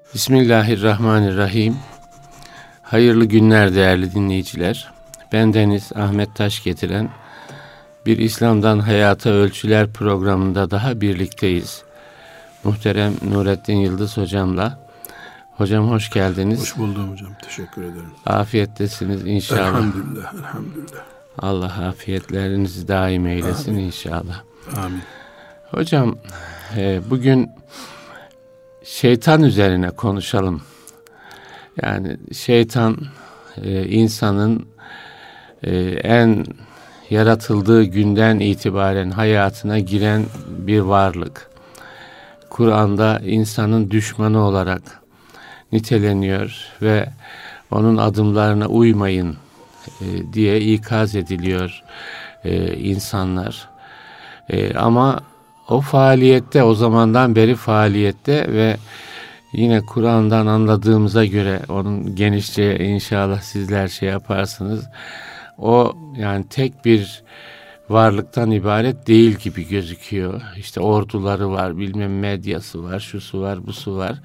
Bismillahirrahmanirrahim. Hayırlı günler değerli dinleyiciler. Bendeniz Ahmet Taş getiren bir İslam'dan Hayata Ölçüler programında daha birlikteyiz. Muhterem Nurettin Yıldız hocamla. Hocam hoş geldiniz. Hoş buldum hocam. Teşekkür ederim. Afiyettesiniz inşallah. Elhamdülillah. Elhamdülillah. Allah afiyetlerinizi daim eylesin. Amin. İnşallah. Amin. Hocam bugün şeytan üzerine konuşalım. Yani şeytan insanın en yaratıldığı günden itibaren hayatına giren bir varlık. Kur'an'da insanın düşmanı olarak niteleniyor ve onun adımlarına uymayın diye ikaz ediliyor insanlar. Ama o faaliyette, o zamandan beri faaliyette ve yine Kur'an'dan anladığımıza göre onun genişçe inşallah sizler şey yaparsınız. O yani tek bir varlıktan ibaret değil gibi gözüküyor. İşte orduları var, bilmem medyası var, şusu var, busu var.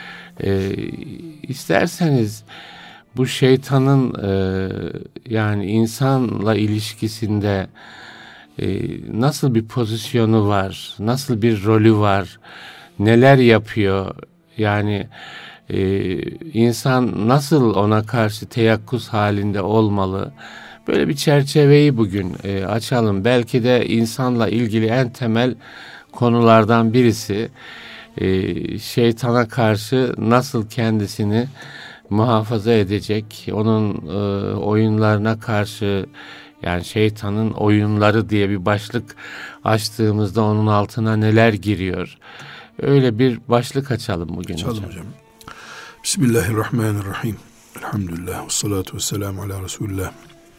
İsterseniz bu şeytanın yani insanla ilişkisinde nasıl bir pozisyonu var, nasıl bir rolü var, neler yapıyor, yani insan nasıl ona karşı teyakkuz halinde olmalı, böyle bir çerçeveyi bugün açalım. Belki de insanla ilgili en temel konulardan birisi şeytana karşı nasıl kendisini muhafaza edecek, onun oyunlarına karşı, yani şeytanın oyunları diye bir başlık açtığımızda onun altına neler giriyor? Öyle bir başlık açalım bugün. Açalım hocam. Bismillahirrahmanirrahim. Elhamdülillah. Ve salatu ve selamu ala Resulullah.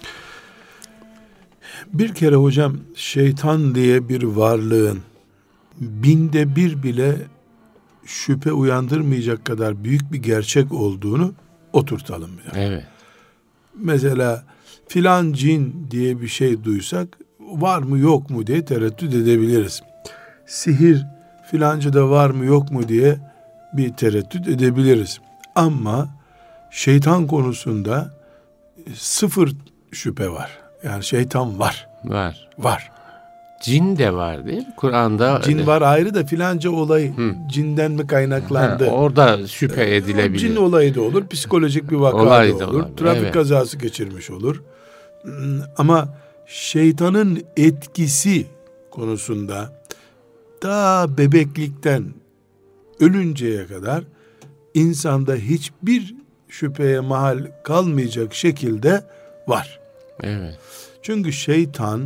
Bir kere hocam şeytan diye bir varlığın binde bir bile şüphe uyandırmayacak kadar büyük bir gerçek olduğunu oturtalım. Yani. Evet. Mesela filan cin diye bir şey duysak var mı yok mu diye tereddüt edebiliriz. Sihir filancada var mı yok mu diye bir tereddüt edebiliriz. Ama şeytan konusunda sıfır şüphe var. Yani şeytan var. Var. Cin de var değil mi? Kur'an'da. Cin var ayrı da filanca olay cinden mi kaynaklandı? Orada şüphe edilebilir. Cin olayı da olur, psikolojik bir vaka olay da da olur. olabilir. Trafik kazası geçirmiş olur. Ama şeytanın etkisi konusunda daha bebeklikten ölünceye kadar insanda hiçbir şüpheye mahal kalmayacak şekilde var. Evet. Çünkü şeytan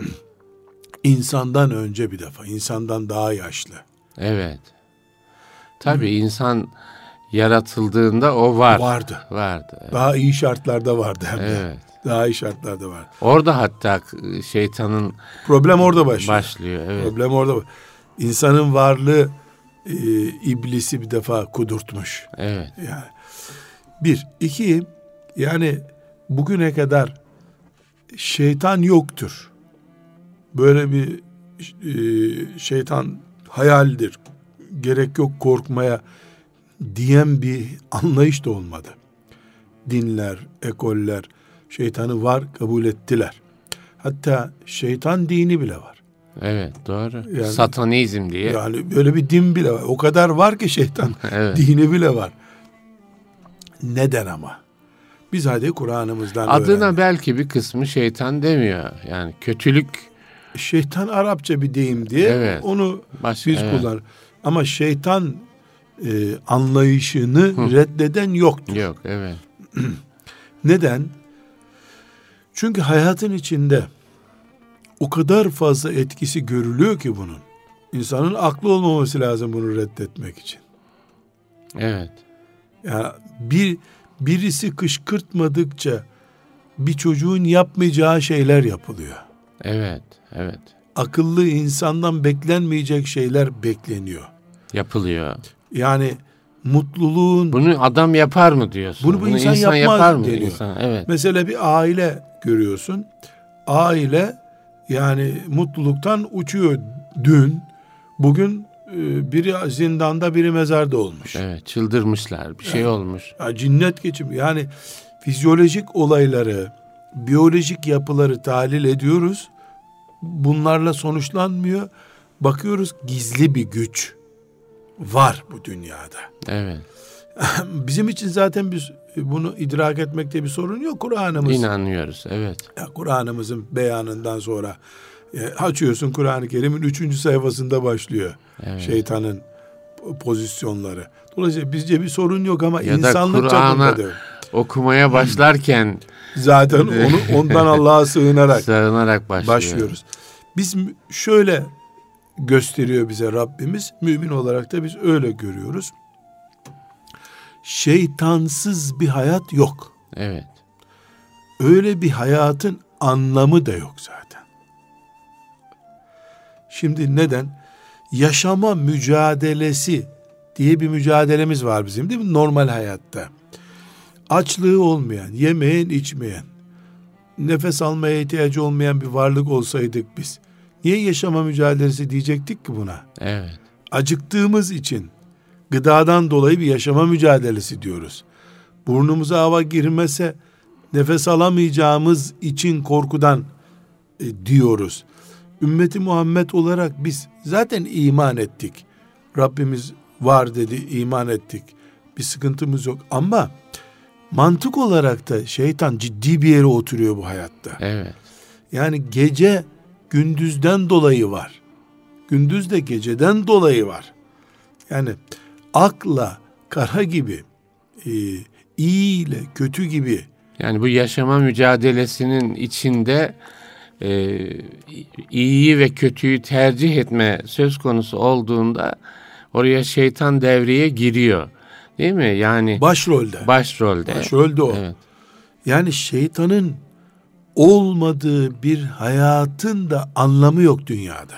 insandan önce bir defa, insandan daha yaşlı. Evet. Tabii insan yaratıldığında o vardı. Evet. Daha iyi şartlarda vardı hem de. Evet. Daha iyi şartlarda vardı. Orada hatta şeytanın problem orada başlıyor. Evet. Problem orada. İnsanın varlığı iblisi bir defa kudurtmuş. Evet. Yani bir, iki, yani bugüne kadar şeytan yoktur. Böyle bir şeytan hayaldir. Gerek yok korkmaya diyen bir anlayış da olmadı. Dinler, ekoller şeytanı var kabul ettiler. Hatta şeytan dini bile var. Evet, doğru. Yani, satanizm diye. Yani böyle bir din bile var. O kadar var ki şeytan evet. dini bile var. Neden ama? Biz hadi Kur'an'ımızdan adına öğrendik. Belki bir kısmı şeytan demiyor. Yani kötülük. Şeytan Arapça bir deyim diye onu biz kullanırız. Ama şeytan anlayışını reddeden yoktur. Yok, evet. Neden? Çünkü hayatın içinde o kadar fazla etkisi görülüyor ki bunun. İnsanın aklı olmaması lazım bunu reddetmek için. Evet. Yani birisi kışkırtmadıkça bir çocuğun yapmayacağı şeyler yapılıyor. Evet. Akıllı insandan beklenmeyecek şeyler bekleniyor. Yapılıyor. Yani mutluluğun... Bunu adam yapar mı diyorsun? Bunu insan yapar mı deniyor. Evet. Mesela bir aile görüyorsun. Aile yani mutluluktan uçuyor. Dün, bugün biri zindanda, biri mezarda olmuş. Evet, çıldırmışlar, bir şey olmuş. Ya, cinnet geçimi. Yani fizyolojik olayları, biyolojik yapıları tahlil ediyoruz. Bunlarla sonuçlanmıyor. Bakıyoruz gizli bir güç var bu dünyada. Evet. Bizim için zaten biz bunu idrak etmekte bir sorun yok. Kur'an'ımız. İnanıyoruz, evet. Kur'an'ımızın beyanından sonra açıyorsun, Kur'an-ı Kerim'in 3. sayfasında başlıyor. Evet. Şeytanın pozisyonları. Dolayısıyla bizce bir sorun yok ama ya insanlık çapında da okumaya başlarken zaten ondan Allah'a sığınarak başlıyoruz. Biz şöyle gösteriyor bize Rabbimiz, mümin olarak da biz öyle görüyoruz. Şeytansız bir hayat yok. Evet. Öyle bir hayatın anlamı da yok zaten. Şimdi neden? Yaşama mücadelesi diye bir mücadelemiz var bizim, değil mi? Normal hayatta. Açlığı olmayan, yemeyen, içmeyen, nefes almaya ihtiyacı olmayan bir varlık olsaydık biz, niye yaşama mücadelesi diyecektik ki buna? Evet. Acıktığımız için, gıdadan dolayı bir yaşama mücadelesi diyoruz. Burnumuza hava girmese, nefes alamayacağımız için korkudan diyoruz. Ümmeti Muhammed olarak biz zaten iman ettik. Rabbimiz var dedi, iman ettik. Bir sıkıntımız yok. Ama mantık olarak da şeytan ciddi bir yere oturuyor bu hayatta. Evet. Yani gece gündüzden dolayı var. Gündüz de geceden dolayı var. Yani akla kara gibi, iyi ile kötü gibi. Yani bu yaşama mücadelesinin içinde iyiyi ve kötüyü tercih etme söz konusu olduğunda oraya şeytan devreye giriyor. Değil mi? Yani Başrolde. Başrolde o. Evet. Yani şeytanın olmadığı bir hayatın da anlamı yok dünyada.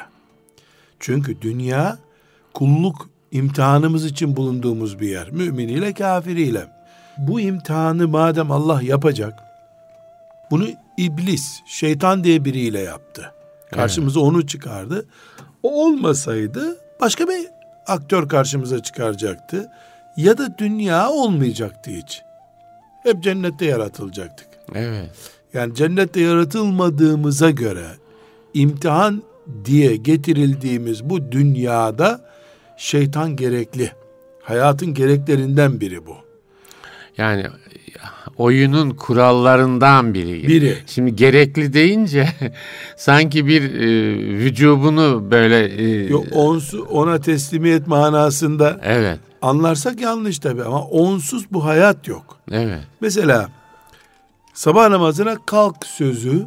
Çünkü dünya kulluk imtihanımız için bulunduğumuz bir yer. Müminiyle kafiriyle. Bu imtihanı madem Allah yapacak, bunu iblis, şeytan diye biriyle yaptı. Karşımıza onu çıkardı. O olmasaydı başka bir aktör karşımıza çıkaracaktı. Ya da dünya olmayacaktı hiç. Hep cennette yaratılacaktık. Evet. Yani cennette yaratılmadığımıza göre imtihan diye getirildiğimiz bu dünyada şeytan gerekli. Hayatın gereklerinden biri bu. Yani oyunun kurallarından biri. Şimdi gerekli deyince sanki bir vücubunu böyle yok, ona teslimiyet manasında evet. Anlarsak yanlış tabii ama onsuz bu hayat yok. Evet. Mesela sabah namazına kalk sözü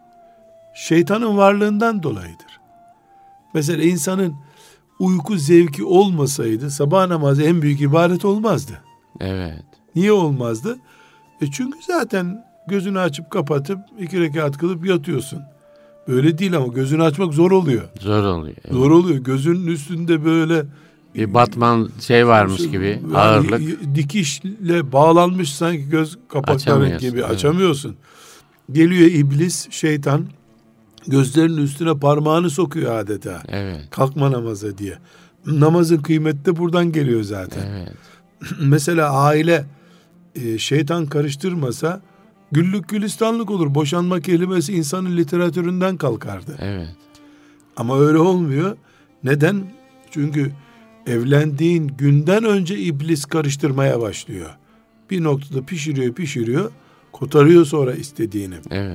şeytanın varlığından dolayıdır. Mesela insanın uyku zevki olmasaydı sabah namazı en büyük ibadet olmazdı. Evet. Niye olmazdı? Çünkü zaten gözünü açıp kapatıp 2 rekat kılıp yatıyorsun. Böyle değil ama gözünü açmak zor oluyor. Evet. Zor oluyor. Gözünün üstünde böyle bir batman varmış gibi yani ağırlık. Dikişle bağlanmış sanki göz kapakları gibi açamıyorsun. Geliyor iblis, şeytan gözlerinin üstüne parmağını sokuyor adeta. Evet. Kalkma namaza diye. Namazın kıymeti de buradan geliyor zaten. Evet. Mesela aile şeytan karıştırmasa güllük gülistanlık olur. Boşanma kelimesi insanın literatüründen kalkardı. Evet. Ama öyle olmuyor. Neden? Çünkü evlendiğin günden önce iblis karıştırmaya başlıyor. Bir noktada pişiriyor, kotarıyor sonra istediğini. Evet.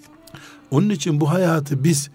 Onun için bu hayatı biz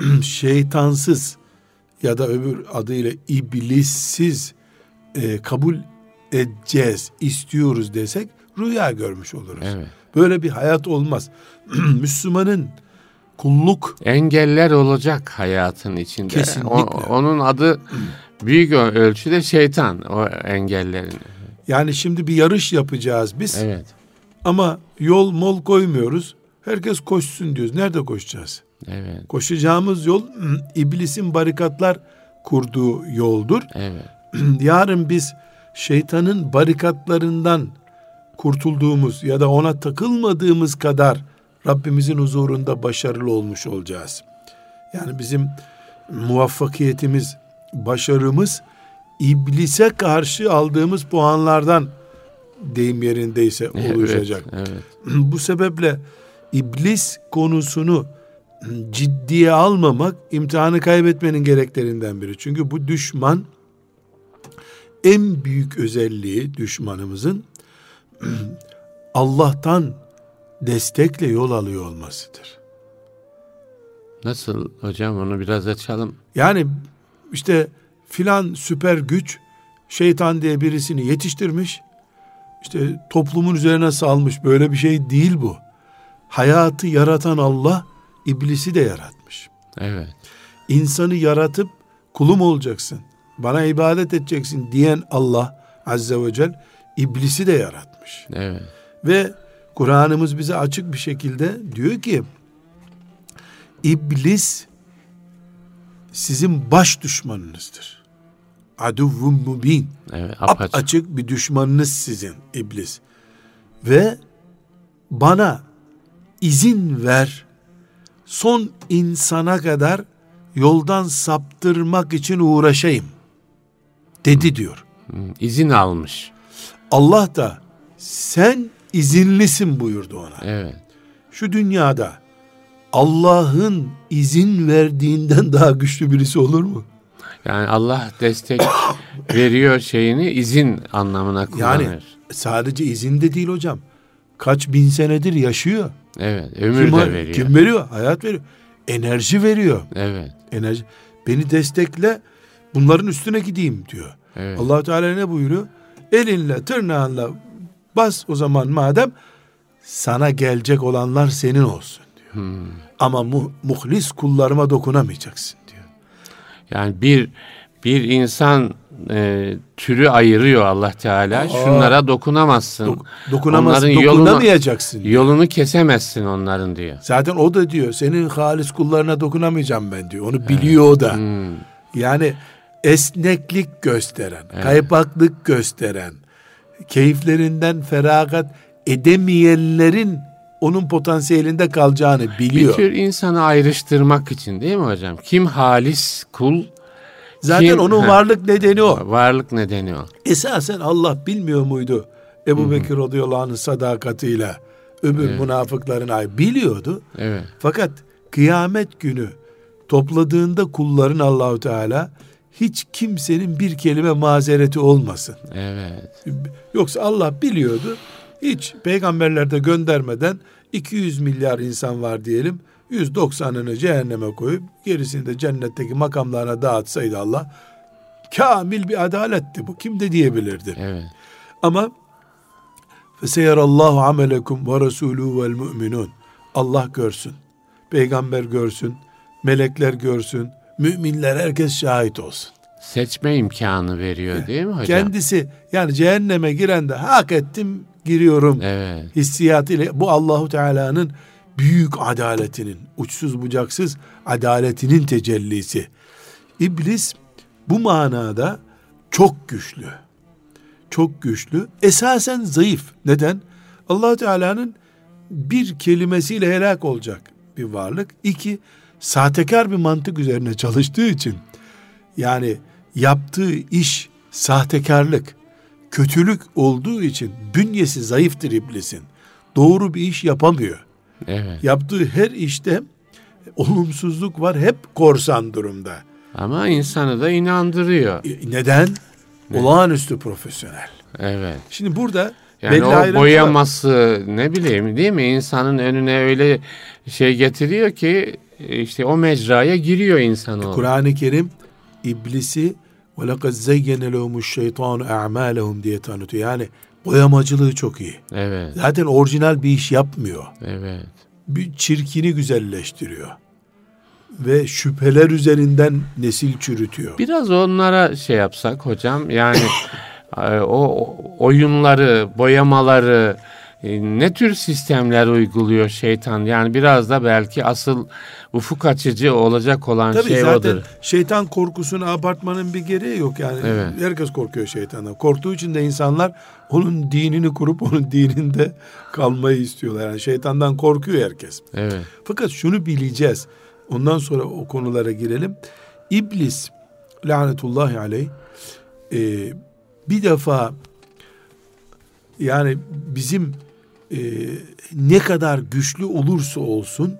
şeytansız ya da öbür adıyla iblissiz kabul edeceğiz, istiyoruz desek rüya görmüş oluruz. Evet. Böyle bir hayat olmaz. Müslümanın kulluk engeller olacak hayatın içinde. Kesinlikle. Onun adı büyük ölçüde şeytan, o engellerin. Yani şimdi bir yarış yapacağız biz. Evet. Ama yol mol koymuyoruz. Herkes koşsun diyoruz. Nerede koşacağız? Evet. Koşacağımız yol iblisin barikatlar kurduğu yoldur. Evet. Yarın biz şeytanın barikatlarından kurtulduğumuz ya da ona takılmadığımız kadar Rabbimizin huzurunda başarılı olmuş olacağız. Yani bizim muvaffakiyetimiz başarımız iblise karşı aldığımız puanlardan, deyim yerindeyse, oluşacak. Evet, evet. Bu sebeple iblis konusunu ciddiye almamak imtihanı kaybetmenin gereklerinden biri. Çünkü bu düşman, en büyük özelliği düşmanımızın Allah'tan destekle yol alıyor olmasıdır. Nasıl hocam, onu biraz açalım. Yani işte filan süper güç şeytan diye birisini yetiştirmiş, işte toplumun üzerine salmış. Böyle bir şey değil bu. Hayatı yaratan Allah iblisi de yaratmış. Evet. İnsanı yaratıp kulum olacaksın, bana ibadet edeceksin diyen Allah Azze ve Celle iblisi de yaratmış. Evet. Ve Kur'an'ımız bize açık bir şekilde diyor ki İblis sizin baş düşmanınızdır. Aduvvun mubin. Evet, açık bir düşmanınız sizin iblis. Ve bana izin ver, son insana kadar yoldan saptırmak için uğraşayım dedi diyor. İzin almış. Allah da sen izinlisin buyurdu ona. Evet. Şu dünyada Allah'ın izin verdiğinden daha güçlü birisi olur mu? Yani Allah destek veriyor şeyini, izin anlamına kullanır. Yani sadece izin de değil hocam. Kaç bin senedir yaşıyor. Evet, ömür de veriyor. Kim veriyor? Hayat veriyor. Enerji veriyor. Evet. Enerji. Beni destekle, bunların üstüne gideyim diyor. Evet. Allah Teala ne buyuruyor? Elinle, tırnağınla bas o zaman madem, sana gelecek olanlar senin olsun diyor. Ama muhlis kullarıma dokunamayacaksın diyor. Yani bir insan türü ayırıyor Allah Teala. Şunlara dokunamazsın. Dokunamazsın, onların dokunamayacaksın. Yolunu kesemezsin onların diyor. Zaten o da diyor, senin halis kullarına dokunamayacağım ben diyor. Onu biliyor o da. Yani esneklik gösteren, kaypaklık gösteren, keyiflerinden feragat edemeyenlerin onun potansiyelinde kalacağını biliyor. Bir tür insanı ayrıştırmak için değil mi hocam? Kim halis kul? Zaten onun varlık nedeni o. Varlık nedeni o. Esasen Allah bilmiyor muydu Ebu Bekir radıyallahu anh'ın sadakatiyle öbür münafıkların biliyordu. Evet. Fakat kıyamet günü topladığında kulların Allahu Teala hiç kimsenin bir kelime mazereti olmasın. Evet. Yoksa Allah biliyordu. Hiç peygamberler de göndermeden 200 milyar insan var diyelim. 190'ını cehenneme koyup gerisini de cennetteki makamlarına dağıtsaydı Allah, kamil bir adaletti bu. Kim de diyebilirdi. Evet. Ama feseyerallahu amelekum ve resuluhu vel mu'minun. Allah görsün. Peygamber görsün. Melekler görsün. Müminler, herkes şahit olsun. Seçme imkanı veriyor değil mi hocam? Kendisi yani cehenneme giren de hak ettim giriyorum. Evet. Hissiyatıyla, bu Allahu Teala'nın büyük adaletinin, uçsuz bucaksız adaletinin tecellisi. İblis bu manada çok güçlü. Çok güçlü. Esasen zayıf. Neden? Allah Teala'nın bir kelimesiyle helak olacak bir varlık. İki, sahtekar bir mantık üzerine çalıştığı için, yani yaptığı iş sahtekarlık, kötülük olduğu için bünyesi zayıftır iblisin. Doğru bir iş yapamıyor. Evet. Yaptığı her işte olumsuzluk var, hep korsan durumda. Ama insanı da inandırıyor. Neden? Olağanüstü profesyonel. Evet. Şimdi burada yani o boyaması ne bileyim değil mi? İnsanın önüne öyle şey getiriyor ki işte o mecraya giriyor insanoğlu. Kur'an-ı Kerim iblisi وَلَقَدْ زَيَّنَ لَهُمُ الشَّيْطَانُ اَعْمَالَهُم diye tanıtıyor. Yani boyamacılığı çok iyi. Evet. Zaten orijinal bir iş yapmıyor. Evet. Bir çirkini güzelleştiriyor. Ve şüpheler üzerinden nesil çürütüyor. Biraz onlara şey yapsak hocam, yani o oyunları, boyamaları, ne tür sistemler uyguluyor şeytan? Yani biraz da belki asıl ufuk açıcı olacak olan tabii şey zaten odur. Şeytan korkusunu abartmanın bir gereği yok yani. Evet. Herkes korkuyor şeytandan. Korktuğu için de insanlar onun dinini kurup onun dininde kalmayı istiyorlar. Yani şeytandan korkuyor herkes. Evet. Fakat şunu bileceğiz. Ondan sonra o konulara girelim. İblis lanetullahi aleyh, bir defa yani bizim ne kadar güçlü olursa olsun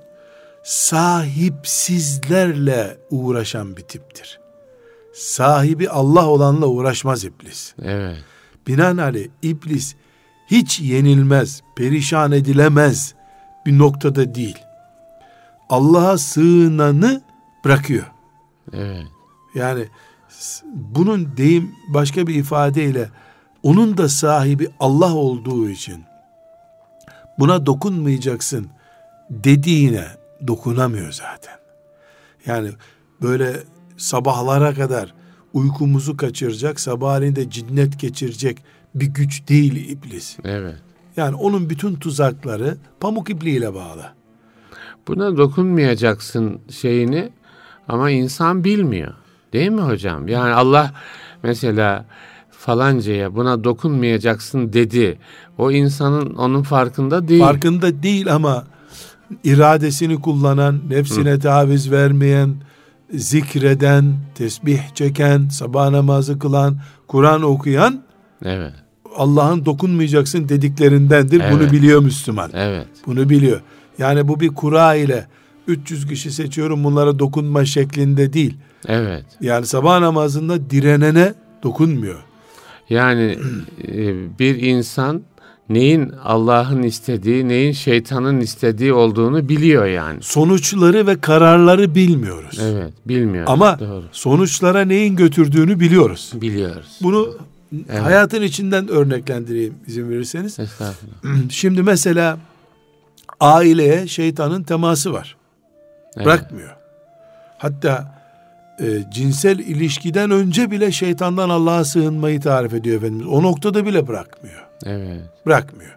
sahipsizlerle uğraşan bir tiptir. Sahibi Allah olanla uğraşmaz iblis. Evet. Binaenaleyh iblis hiç yenilmez, perişan edilemez bir noktada değil. Allah'a sığınanı bırakıyor. Evet. Yani bunun deyim başka bir ifadeyle onun da sahibi Allah olduğu için buna dokunmayacaksın dediğine dokunamıyor zaten. Yani böyle sabahlara kadar uykumuzu kaçıracak, sabahleyin de cinnet geçirecek bir güç değil iblis. Evet. Yani onun bütün tuzakları pamuk ipliğiyle bağlı. Buna dokunmayacaksın şeyini ama insan bilmiyor. Değil mi hocam? Yani Allah mesela falancaya buna dokunmayacaksın dedi. O insanın onun farkında değil. Farkında değil ama iradesini kullanan, nefsine taviz vermeyen, zikreden, tesbih çeken, sabah namazı kılan, Kur'an okuyan, evet, Allah'ın dokunmayacaksın dediklerindendir. Evet. Bunu biliyor Müslüman. Evet. Bunu biliyor. Yani bu bir kura ile 300 kişi seçiyorum bunlara dokunma şeklinde değil. Evet. Yani sabah namazında direnene dokunmuyor. Yani bir insan neyin Allah'ın istediği, neyin şeytanın istediği olduğunu biliyor yani. Sonuçları ve kararları bilmiyoruz. Evet, bilmiyoruz. Ama doğru, sonuçlara neyin götürdüğünü biliyoruz. biliyoruz. Bunu Evet. hayatın içinden örneklendireyim izin verirseniz. Estağfurullah. Şimdi mesela aileye şeytanın teması var. Evet. Bırakmıyor. Hatta cinsel ilişkiden önce bile şeytandan Allah'a sığınmayı tarif ediyor Efendimiz. O noktada bile bırakmıyor. Evet. Bırakmıyor.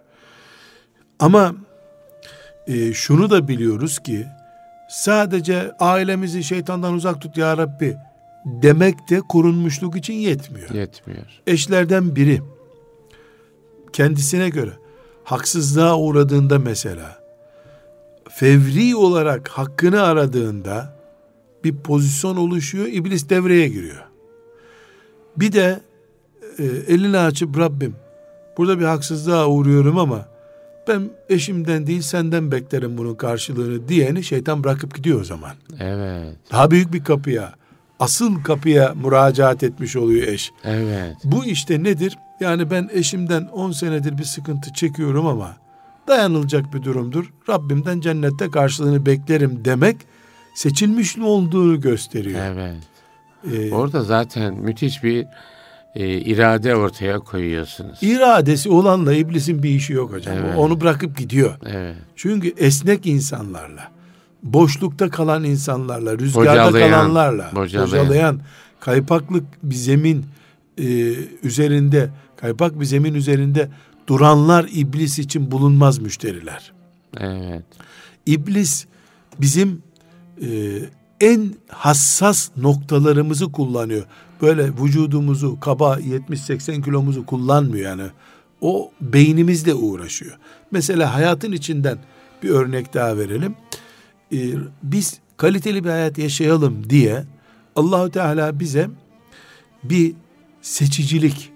Ama şunu da biliyoruz ki sadece ailemizi şeytandan uzak tut ya Rabbi demek de korunmuşluk için yetmiyor. Yetmiyor. Eşlerden biri kendisine göre haksızlığa uğradığında mesela fevri olarak hakkını aradığında bir pozisyon oluşuyor, iblis devreye giriyor. Bir de elini açıp Rabbim burada bir haksızlığa uğruyorum ama ben eşimden değil senden beklerim bunun karşılığını diyeni şeytan bırakıp gidiyor o zaman. Evet. Daha büyük bir kapıya, asıl kapıya müracaat etmiş oluyor eş. Evet. Bu işte nedir? Yani ben eşimden 10 senedir bir sıkıntı çekiyorum ama dayanılacak bir durumdur. Rabbimden cennette karşılığını beklerim demek seçilmiş mi olduğunu gösteriyor. Evet. Orada zaten müthiş bir irade ortaya koyuyorsunuz. İradesi olanla iblisin bir işi yok hocam. Evet. Onu bırakıp gidiyor. Evet. Çünkü esnek insanlarla, boşlukta kalan insanlarla, rüzgarda kalanlarla, bocalayan, kaypaklık bir zemin üzerinde, kaypak bir zemin üzerinde duranlar iblis için bulunmaz müşteriler. Evet. İblis bizim en hassas noktalarımızı kullanıyor. Böyle vücudumuzu, kaba 70-80 kilomuzu kullanmıyor yani. O beynimizle uğraşıyor. Mesela hayatın içinden bir örnek daha verelim. Biz kaliteli bir hayat yaşayalım diye Allahu Teala bize bir seçicilik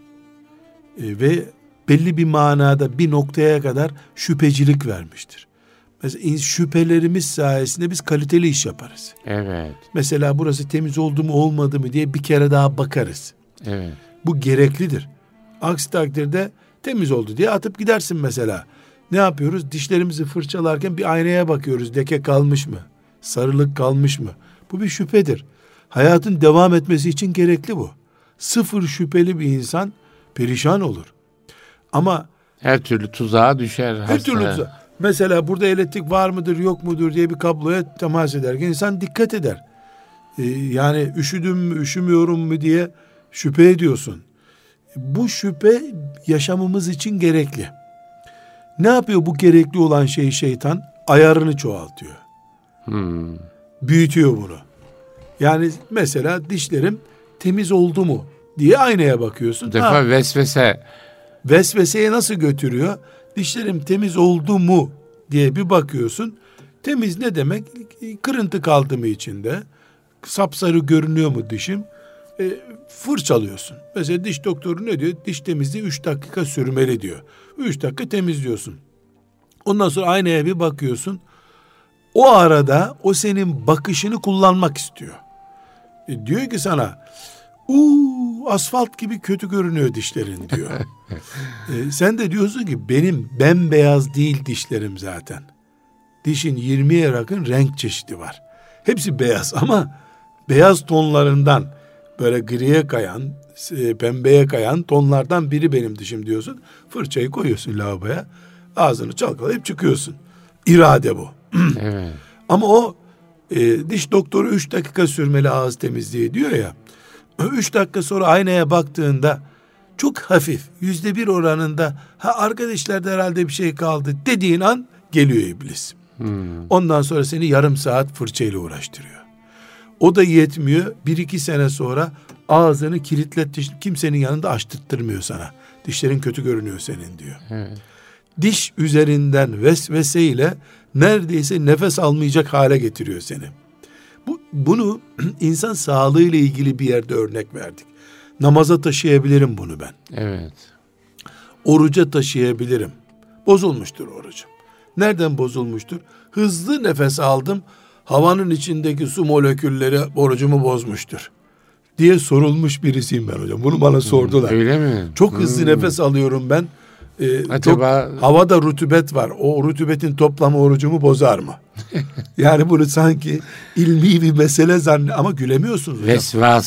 ve belli bir manada bir noktaya kadar şüphecilik vermiştir. Mesela şüphelerimiz sayesinde biz kaliteli iş yaparız. Evet. Mesela burası temiz oldu mu olmadı mı diye bir kere daha bakarız. Evet. Bu gereklidir. Aksi takdirde temiz oldu diye atıp gidersin mesela. Ne yapıyoruz? Dişlerimizi fırçalarken bir aynaya bakıyoruz. Leke kalmış mı? Sarılık kalmış mı? Bu bir şüphedir. Hayatın devam etmesi için gerekli bu. Sıfır şüpheli bir insan perişan olur. Ama her türlü tuzağa düşer. her türlü tuzağa. Mesela burada elektrik var mıdır yok mudur diye bir kabloya temas ederken insan dikkat eder. Yani üşüdüm mü üşümüyorum mu diye şüphe ediyorsun. Bu şüphe yaşamımız için gerekli. Ne yapıyor bu gerekli olan şey şeytan? Ayarını çoğaltıyor. Büyütüyor bunu. Yani mesela dişlerim temiz oldu mu diye aynaya bakıyorsun. Bu defa vesvese. Vesveseye nasıl götürüyor? Dişlerim temiz oldu mu diye bir bakıyorsun. Temiz ne demek? Kırıntı kaldı mı içinde? Sapsarı görünüyor mu dişim? fırçalıyorsun. Mesela diş doktoru ne diyor? Diş temizliği 3 dakika sürmeli diyor. 3 dakika temizliyorsun. Ondan sonra aynaya bir bakıyorsun. O arada o senin bakışını kullanmak istiyor. Diyor ki sana, asfalt gibi kötü görünüyor dişlerin diyor. Sen de diyorsun ki benim bembeyaz değil dişlerim zaten. Dişin 20'ye yakın renk çeşidi var. Hepsi beyaz ama beyaz tonlarından böyle griye kayan, pembeye kayan tonlardan biri benim dişim diyorsun. Fırçayı koyuyorsun lavaboya. Ağzını çalkalayıp çıkıyorsun. İrade bu. Evet. Ama o diş doktoru 3 dakika sürmeli ağız temizliği diyor ya. 3 dakika sonra aynaya baktığında çok hafif %1 oranında arka dişlerde herhalde bir şey kaldı dediğin an geliyor iblis. Ondan sonra seni yarım saat fırçayla uğraştırıyor. O da yetmiyor. 1-2 sene sonra ağzını kilitlet, kimsenin yanında açtırtmıyor sana. Dişlerin kötü görünüyor senin diyor. Evet. Diş üzerinden vesveseyle neredeyse nefes almayacak hale getiriyor seni. Bunu insan sağlığıyla ilgili bir yerde örnek verdik. Namaza taşıyabilirim bunu ben. Evet. Oruca taşıyabilirim. Bozulmuştur orucum. Nereden bozulmuştur? Hızlı nefes aldım. Havanın içindeki su molekülleri orucumu bozmuştur diye sorulmuş birisiyim ben hocam. Bunu bana sordular. Öyle mi? Çok hızlı nefes alıyorum ben. Acaba Havada rutubet var. O rutubetin toplamı orucumu bozar mı? Yani bunu sanki ilmi bir mesele ama gülemiyorsunuz hocam.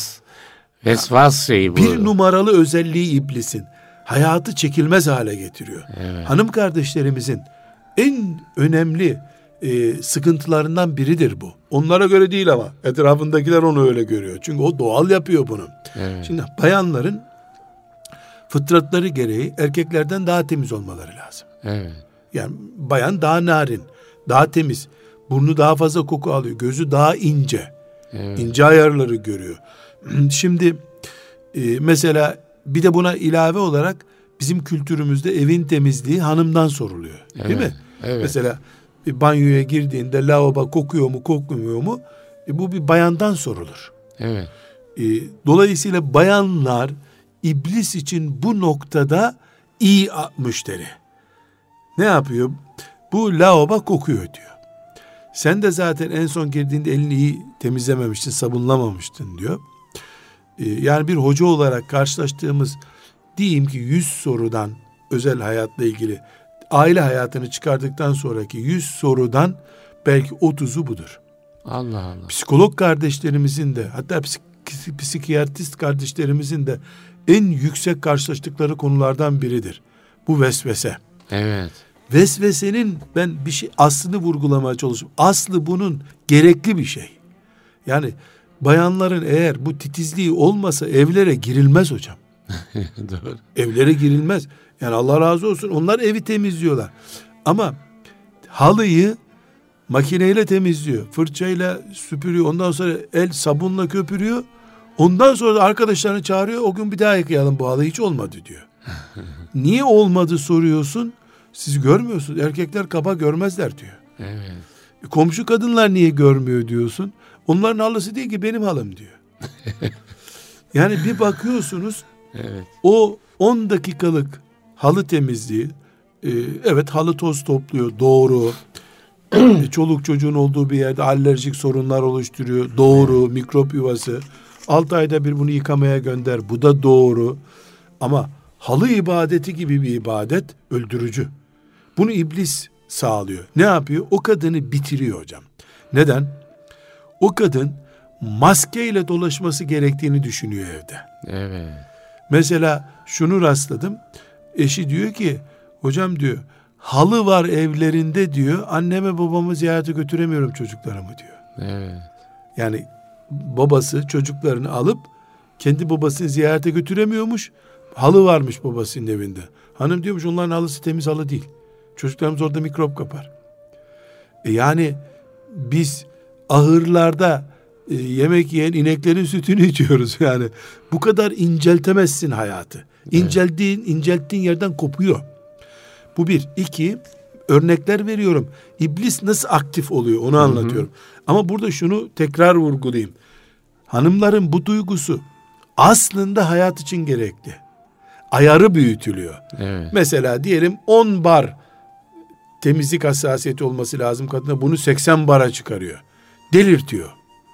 Vesvas şeyi bu. Bir numaralı özelliği iblisin. Hayatı çekilmez hale getiriyor. Evet. Hanım kardeşlerimizin en önemli sıkıntılarından biridir bu. Onlara göre değil ama etrafındakiler onu öyle görüyor. Çünkü o doğal yapıyor bunu. Evet. Şimdi bayanların fıtratları gereği erkeklerden daha temiz olmaları lazım. Evet. Yani bayan daha narin, daha temiz, burnu daha fazla koku alıyor, gözü daha ince, Evet. ince ayarları görüyor. Şimdi mesela bir de buna ilave olarak bizim kültürümüzde evin temizliği hanımdan soruluyor. Evet. Değil mi? Evet. Mesela bir banyoya girdiğinde lavabo kokuyor mu kokmuyor mu? Bu bir bayandan sorulur. Evet. Dolayısıyla bayanlar iblis için bu noktada iyi müşteri. Ne yapıyor? Bu lavabo kokuyor diyor. Sen de zaten en son girdiğinde elini iyi temizlememiştin, sabunlamamıştın diyor. Yani bir hoca olarak karşılaştığımız diyeyim ki 100 sorudan özel hayatla ilgili aile hayatını çıkardıktan sonraki 100 sorudan belki 30'u budur. Allah Allah. Psikolog kardeşlerimizin de hatta psikiyatrist kardeşlerimizin de en yüksek karşılaştıkları konulardan biridir. Bu vesvese. Evet. Vesvesenin ben bir şey aslını vurgulamaya çalışıyorum. Aslı bunun gerekli bir şey. Yani bayanların eğer bu titizliği olmasa evlere girilmez hocam. Doğru. Evlere girilmez. Yani Allah razı olsun onlar evi temizliyorlar. Ama halıyı makineyle temizliyor. Fırçayla süpürüyor. Ondan sonra el sabunla köpürüyor. Ondan sonra da arkadaşlarını çağırıyor. O gün bir daha yıkayalım bu halı hiç olmadı diyor. Niye olmadı soruyorsun. Siz görmüyorsunuz. Erkekler kaba görmezler diyor. Evet. Komşu kadınlar niye görmüyor diyorsun. Onların halısı değil ki benim halım diyor. Yani bir bakıyorsunuz. Evet. O 10 dakikalık halı temizliği, evet halı toz topluyor, doğru. Çoluk çocuğun olduğu bir yerde alerjik sorunlar oluşturuyor, doğru. Mikrop yuvası. 6 ayda bir bunu yıkamaya gönder, bu da doğru. Ama halı ibadeti gibi bir ibadet öldürücü. Bunu iblis sağlıyor. Ne yapıyor? O kadını bitiriyor hocam. Neden? O kadın maskeyle dolaşması gerektiğini düşünüyor evde. Evet. Mesela şunu rastladım. Eşi diyor ki, hocam diyor, halı var evlerinde diyor, anneme babamı ziyarete götüremiyorum çocuklarımı diyor. Evet. Yani babası çocuklarını alıp kendi babasını ziyarete götüremiyormuş. Halı varmış babasının evinde. Hanım diyormuş onların halısı temiz halı değil. Çocuklarımız orada mikrop kapar. Yani biz ahırlarda yemek yiyen ineklerin sütünü içiyoruz yani. Bu kadar inceltemezsin hayatı. İncelttiğin yerden kopuyor. Bu bir. İki, örnekler veriyorum. İblis nasıl aktif oluyor onu anlatıyorum. Ama burada şunu tekrar vurgulayayım. Hanımların bu duygusu aslında hayat için gerekli. Ayarı büyütülüyor. Evet. Mesela diyelim 10 bar temizlik hassasiyeti olması lazım kadına, bunu 80 bara çıkarıyor. Delirtiyor.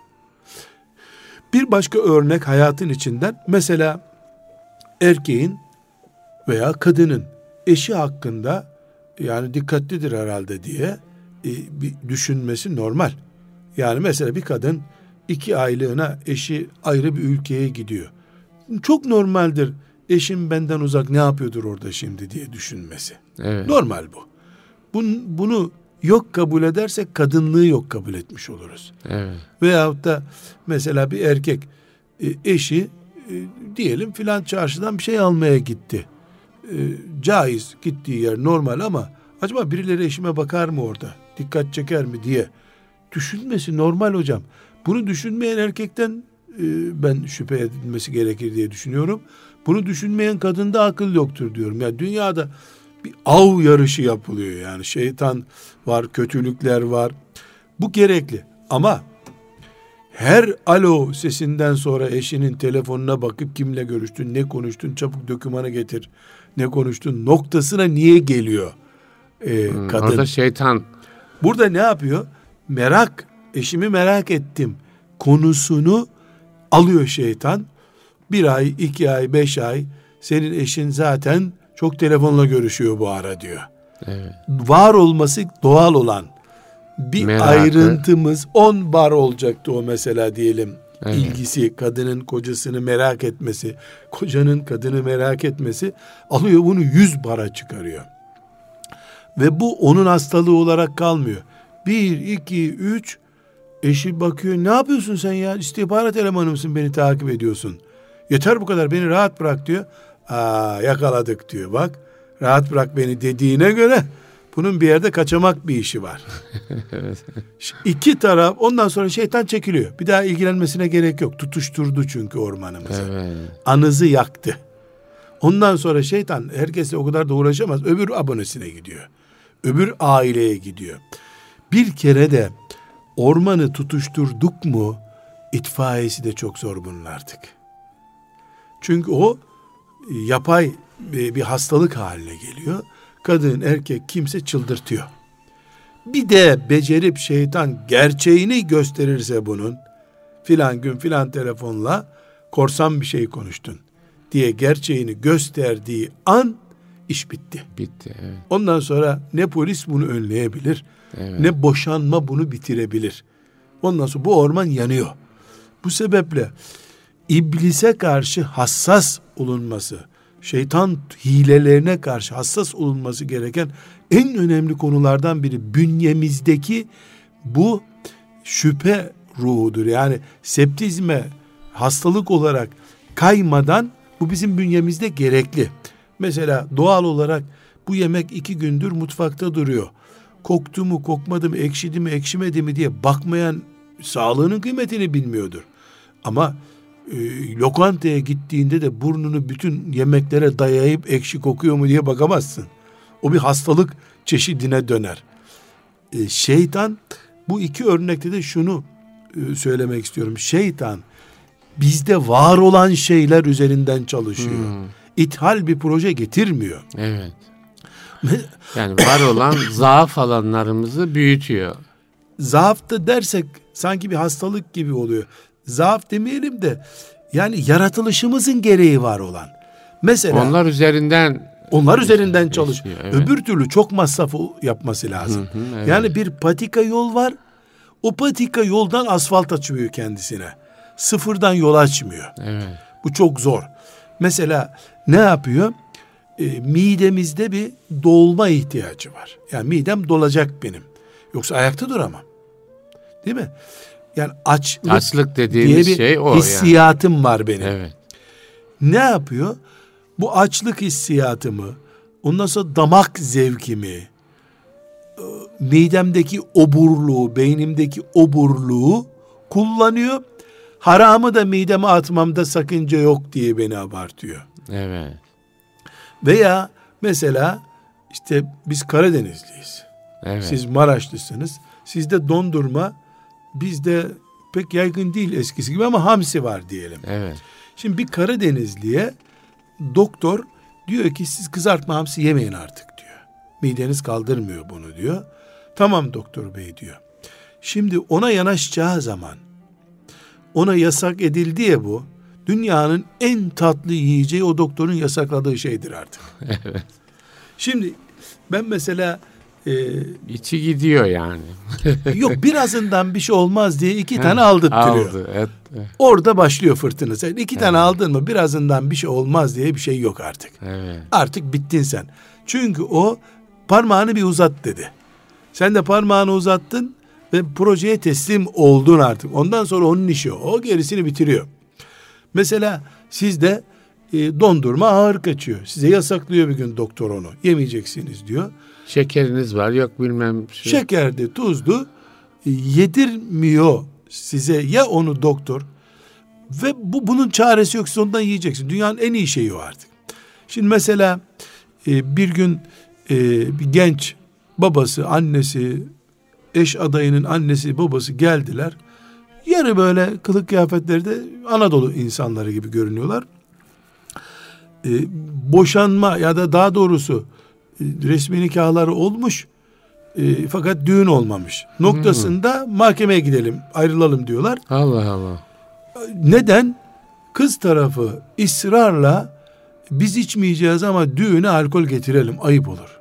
Bir başka örnek hayatın içinden, mesela erkeğin veya kadının eşi hakkında yani dikkatlidir herhalde diye bir düşünmesi normal. Yani mesela bir kadın 2 aylığına eşi ayrı bir ülkeye gidiyor. Çok normaldir eşim benden uzak ne yapıyordur orada şimdi diye düşünmesi. Evet. Normal bu. Bunu yok kabul edersek kadınlığı yok kabul etmiş oluruz. Evet. Veyahut da mesela bir erkek eşi diyelim filan çarşıdan bir şey almaya gitti. Caiz, gittiği yer normal ama acaba birileri eşime bakar mı orada? Dikkat çeker mi diye düşünmesi normal hocam. Bunu düşünmeyen erkekten ben şüphe edilmesi gerekir diye düşünüyorum. Bunu düşünmeyen kadında akıl yoktur diyorum. Yani dünyada bir av yarışı yapılıyor. Yani şeytan var, kötülükler var. Bu gerekli. Ama her alo sesinden sonra eşinin telefonuna bakıp kimle görüştün, ne konuştun, çabuk dokümanı getir, ne konuştun noktasına niye geliyor kadın? Orada şeytan. Burada ne yapıyor? Merak, eşimi merak ettim konusunu alıyor şeytan. 1 ay, 2 ay, 5 ay senin eşin zaten çok telefonla görüşüyor bu ara diyor. Evet. Var olması doğal olan bir merakı. Ayrıntımız 10 bar olacaktı o mesela diyelim. Evet. İlgisi, kadının kocasını merak etmesi, kocanın kadını merak etmesi, alıyor bunu 100 bara çıkarıyor. Ve bu onun hastalığı olarak kalmıyor. 1, 2, 3 eşi bakıyor, ne yapıyorsun sen ya, istihbarat elemanı mısın, beni takip ediyorsun. Yeter bu kadar, beni rahat bırak diyor. Yakaladık diyor, bak rahat bırak beni dediğine göre bunun bir yerde kaçamak bir işi var. Evet. İki taraf, ondan sonra şeytan çekiliyor. Bir daha ilgilenmesine gerek yok. Tutuşturdu çünkü ormanımızı. Evet. Anızı yaktı. Ondan sonra şeytan herkesle o kadar da uğraşamaz. Öbür abonesine gidiyor. Öbür aileye gidiyor. Bir kere de ormanı tutuşturduk mu itfaiyesi de çok zor bunun artık. Çünkü o yapay bir hastalık haline geliyor. Kadın, erkek, kimse çıldırtıyor. Bir de becerip şeytan gerçeğini gösterirse bunun, filan gün filan telefonla korsan bir şey konuştun diye gerçeğini gösterdiği an iş bitti. Bitti. Evet. Ondan sonra ne polis bunu önleyebilir, Evet. ne boşanma bunu bitirebilir. Ondan sonra bu orman yanıyor. Bu sebeple iblise karşı hassas olunması, şeytan hilelerine karşı hassas olunması gereken en önemli konulardan biri bünyemizdeki bu şüphe ruhudur. Yani septizme hastalık olarak kaymadan bu bizim bünyemizde gerekli. Mesela doğal olarak bu yemek 2 gündür mutfakta duruyor. Koktu mu, kokmadı mı, ekşidi mi, ekşimedi mi diye bakmayan sağlığının kıymetini bilmiyordur. Ama lokantaya gittiğinde de burnunu bütün yemeklere dayayıp ekşi kokuyor mu diye bakamazsın. O bir hastalık çeşidine döner. Şeytan, bu 2 örnekte de şunu söylemek istiyorum. Şeytan bizde var olan şeyler üzerinden çalışıyor. İthal bir proje getirmiyor. Evet. Yani var olan zaaf alanlarımızı büyütüyor. Zaaf da dersek sanki bir hastalık gibi oluyor. Zaaf demeyelim de yani yaratılışımızın gereği var olan. Mesela onlar üzerinden çalışıyor. Evet. Öbür türlü çok masraf yapması lazım. Evet. Yani bir patika yol var. O patika yoldan asfalt açmıyor kendisine. Sıfırdan yol açmıyor. Evet. Bu çok zor. Mesela ne yapıyor? Midemizde bir dolma ihtiyacı var. Yani midem dolacak benim. Yoksa ayakta duramam. Değil mi? Yani açlık dediğimiz diye bir şey o hissiyatım yani var benim. Evet. Ne yapıyor? Bu açlık hissiyatımı, ondan sonra damak zevkimi, midemdeki oburluğu, beynimdeki oburluğu kullanıyor. Haramı da mideme atmamda sakınca yok diye beni abartıyor. Evet. Veya mesela işte biz Karadenizliyiz. Evet. Siz Maraşlısınız. Sizde dondurma, bizde pek yaygın değil eskisi gibi ama hamsi var diyelim. Evet. Şimdi bir Karadenizli'ye doktor diyor ki siz kızartma hamsi yemeyin artık diyor. Mideniz kaldırmıyor bunu diyor. Tamam doktor bey diyor. Şimdi ona yanaşacağı zaman, ona yasak edildi ya bu, dünyanın en tatlı yiyeceği o doktorun yasakladığı şeydir artık. Evet. Şimdi ben mesela içi gidiyor yani. yok birazından bir şey olmaz diye 2 tane aldırtıyor. Aldı. Evet. Orada başlıyor fırtına. Sen 2 tane aldın mı birazından bir şey olmaz diye bir şey yok artık. Evet. Artık bittin sen. Çünkü o parmağını bir uzat dedi. Sen de parmağını uzattın ve projeye teslim oldun artık. Ondan sonra onun işi o. O gerisini bitiriyor. Mesela sizde dondurma ağır kaçıyor. Size yasaklıyor bir gün doktor onu. Yemeyeceksiniz diyor. Şekeriniz var, yok bilmem. Şekerli, tuzlu yedirmiyor size ya onu doktor ve bunun çaresi yok, siz ondan yiyeceksin. Dünyanın en iyi şeyi o artık. Şimdi mesela bir gün bir genç babası, annesi, eş adayının annesi, babası geldiler. Yarı böyle kılık kıyafetleri de Anadolu insanları gibi görünüyorlar. Boşanma ya da daha doğrusu resmi nikahları olmuş fakat düğün olmamış noktasında mahkemeye gidelim, ayrılalım diyorlar. Allah Allah. Neden? Kız tarafı ısrarla biz içmeyeceğiz ama düğüne alkol getirelim, ayıp olur.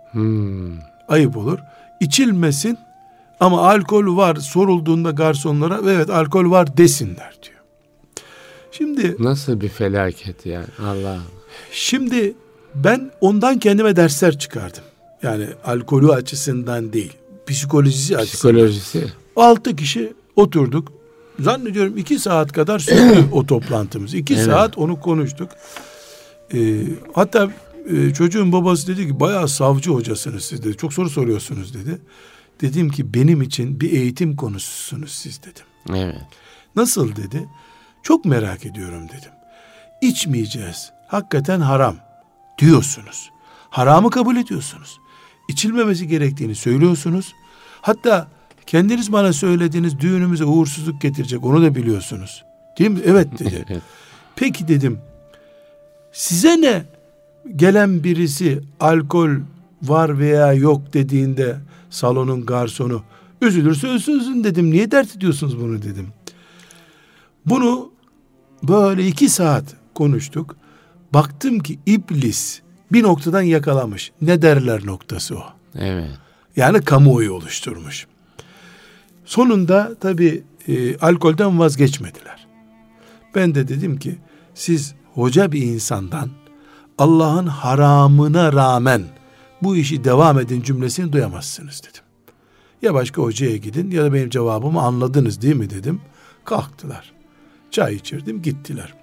Ayıp olur. İçilmesin ama alkol var sorulduğunda garsonlara evet alkol var desinler diyor. Şimdi nasıl bir felaket yani, Allah. Şimdi ben ondan kendime dersler çıkardım. Yani alkolü açısından değil, psikolojisi açısından. 6 kişi oturduk. Zannediyorum 2 saat kadar sürdü o toplantımız. 2 evet. saat onu konuştuk. Hatta çocuğun babası dedi ki bayağı savcı hocasınız siz dedi. Çok soru soruyorsunuz dedi. Dedim ki benim için bir eğitim konususunuz siz dedim. Evet. Nasıl dedi? Çok merak ediyorum dedim. İçmeyeceğiz. Hakikaten haram diyorsunuz. Haramı kabul ediyorsunuz. İçilmemesi gerektiğini söylüyorsunuz. Hatta kendiniz bana söylediğiniz düğünümüze uğursuzluk getirecek onu da biliyorsunuz. Değil mi? Evet dedi. Peki dedim. Size ne? Gelen birisi alkol var veya yok dediğinde salonun garsonu üzülürse üzülsün dedim. Niye dert ediyorsunuz bunu dedim. Bunu böyle 2 saat konuştuk. Baktım ki iblis bir noktadan yakalamış. Ne derler noktası o. Evet. Yani kamuoyu oluşturmuş. Sonunda tabii alkolden vazgeçmediler. Ben de dedim ki siz hoca bir insandan Allah'ın haramına rağmen bu işi devam edin cümlesini duyamazsınız dedim. Ya başka hocaya gidin ya da benim cevabımı anladınız değil mi dedim. Kalktılar. Çay içirdim gittiler.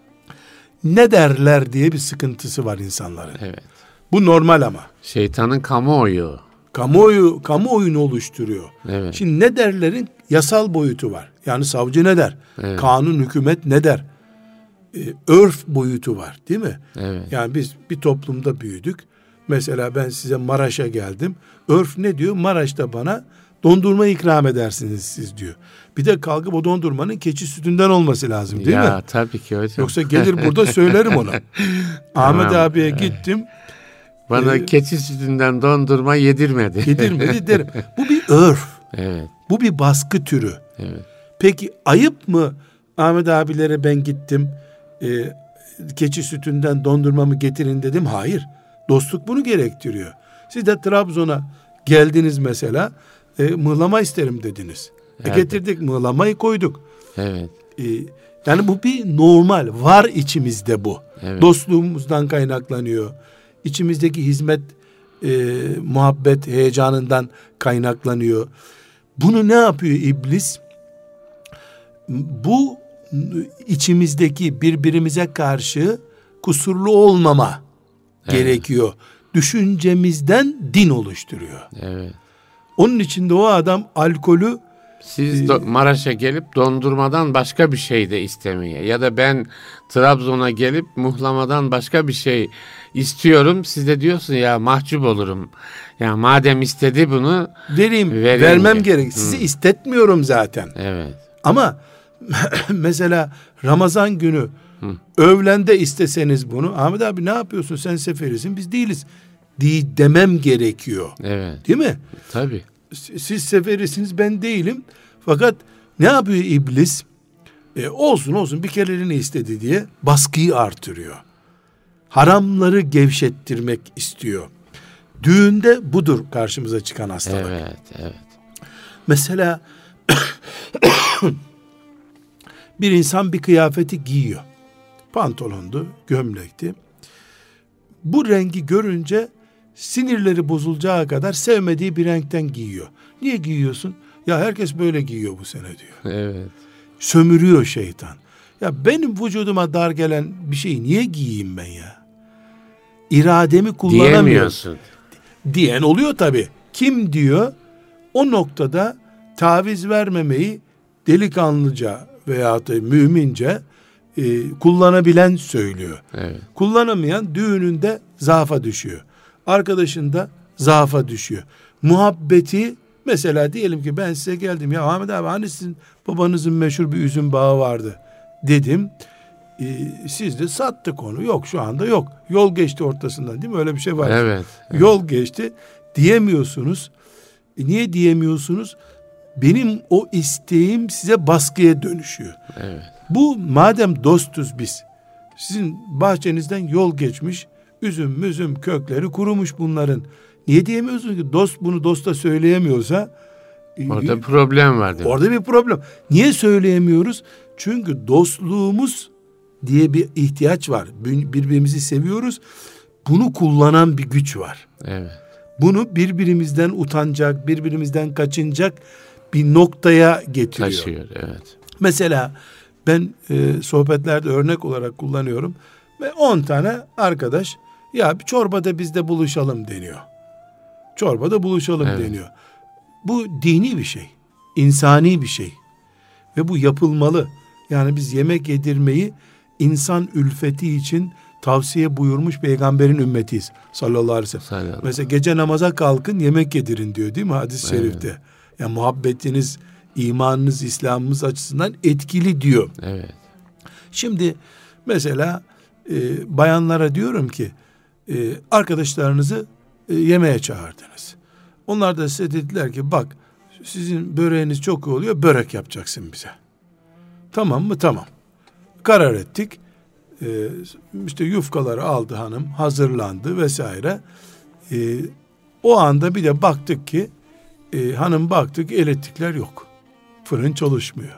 Ne derler diye bir sıkıntısı var insanların. Evet. Bu normal ama. Şeytanın kamuoyu. Kamuoyunu oluşturuyor. Evet. Şimdi ne derlerin yasal boyutu var. Yani savcı ne der? Evet. Kanun, hükümet ne der? Örf boyutu var değil mi? Evet. Yani biz bir toplumda büyüdük. Mesela ben size Maraş'a geldim. Örf ne diyor? Maraş'ta bana dondurma ikram edersiniz siz diyor. Bir de kalkıp o dondurmanın keçi sütünden olması lazım değil mi? Ya tabii ki hocam. Yoksa gelir burada söylerim ona. Tamam. Ahmet abiye gittim. Bana keçi sütünden dondurma yedirmedi. Yedirmedi derim. Bu bir örf. Evet. Bu bir baskı türü. Evet. Peki ayıp mı? Ahmet abilere ben gittim. Keçi sütünden dondurmamı getirin dedim. Hayır. Dostluk bunu gerektiriyor. Siz de Trabzon'a geldiniz mesela. Mıhlama isterim dediniz. Evet. Getirdik mıhlamayı koyduk. Evet. Yani bu bir normal. Var içimizde bu. Evet. Dostluğumuzdan kaynaklanıyor. İçimizdeki hizmet, muhabbet, heyecanından kaynaklanıyor. Bunu ne yapıyor iblis? Bu içimizdeki birbirimize karşı kusurlu olmama gerekiyor. Düşüncemizden din oluşturuyor. Evet. Onun için de o adam alkolü siz Maraş'a gelip dondurmadan başka bir şey de istemeye ya da ben Trabzon'a gelip muhlamadan başka bir şey istiyorum. Siz de diyorsun ya mahcup olurum. Ya madem istedi bunu vermem gerek. Sizi istetmiyorum zaten. Evet. Ama mesela Ramazan günü öğlende isteseniz bunu, Ahmet abi ne yapıyorsun, sen seferisin, biz değiliz demem gerekiyor. Evet. Değil mi? Tabii. Siz seferisiniz, ben değilim. Fakat ne yapıyor iblis? Olsun bir kereliğini istedi diye baskıyı artırıyor. Haramları gevşettirmek istiyor. Düğünde budur karşımıza çıkan hastalık. Evet. Mesela bir insan bir kıyafeti giyiyor. Pantolondu, gömlekti. Bu rengi görünce sinirleri bozulacağı kadar sevmediği bir renkten giyiyor. Niye giyiyorsun? Ya herkes böyle giyiyor bu sene diyor. Evet. Sömürüyor şeytan. Ya benim vücuduma dar gelen bir şeyi niye giyeyim ben ya? İrademi kullanamıyorum. Diyemiyorsun. Diyen oluyor tabii. Kim diyor? O noktada taviz vermemeyi delikanlıca veya da mümince kullanabilen söylüyor. Evet. Kullanamayan düğününde zaafa düşüyor. Arkadaşında zaafa düşüyor. Muhabbeti, mesela diyelim ki ben size geldim, ya Ahmet abi hani sizin babanızın meşhur bir üzüm bağı vardı dedim. Siz de sattık onu. Yok, şu anda yok. Yol geçti ortasından, değil mi? Öyle bir şey var. Evet. Yol geçti diyemiyorsunuz. Niye diyemiyorsunuz? Benim o isteğim size baskıya dönüşüyor. Evet. Bu madem dostuz biz, sizin bahçenizden yol geçmiş, üzüm kökleri kurumuş bunların. Niye diyemiyorsunuz ki dost bunu dosta söyleyemiyorsa? Orada problem var demek. Orada bir problem. Niye söyleyemiyoruz? Çünkü dostluğumuz diye bir ihtiyaç var. Birbirimizi seviyoruz. Bunu kullanan bir güç var. Evet. Bunu birbirimizden utanacak, birbirimizden kaçınacak bir noktaya getiriyor. Taşıyor, evet. Mesela ben sohbetlerde örnek olarak kullanıyorum. Ve 10 tane arkadaş, ya bir çorbada biz de buluşalım deniyor. Çorbada buluşalım deniyor. Bu dini bir şey. İnsani bir şey. Ve bu yapılmalı. Yani biz yemek yedirmeyi insan ülfeti için tavsiye buyurmuş peygamberin ümmetiyiz. Sallallahu aleyhi ve sellem. Mesela gece namaza kalkın, yemek yedirin diyor, değil mi hadis-i şerifte? Yani muhabbetiniz, imanınız, İslam'ımız açısından etkili diyor. Evet. Şimdi mesela bayanlara diyorum ki arkadaşlarınızı yemeğe çağırdınız. Onlar da size dediler ki bak sizin böreğiniz çok iyi oluyor, börek yapacaksın bize. Tamam mı? Tamam. Karar ettik. İşte yufkaları aldı hanım, hazırlandı vesaire. O anda bir de baktık ki hanım baktık elektrikler yok. Fırın çalışmıyor.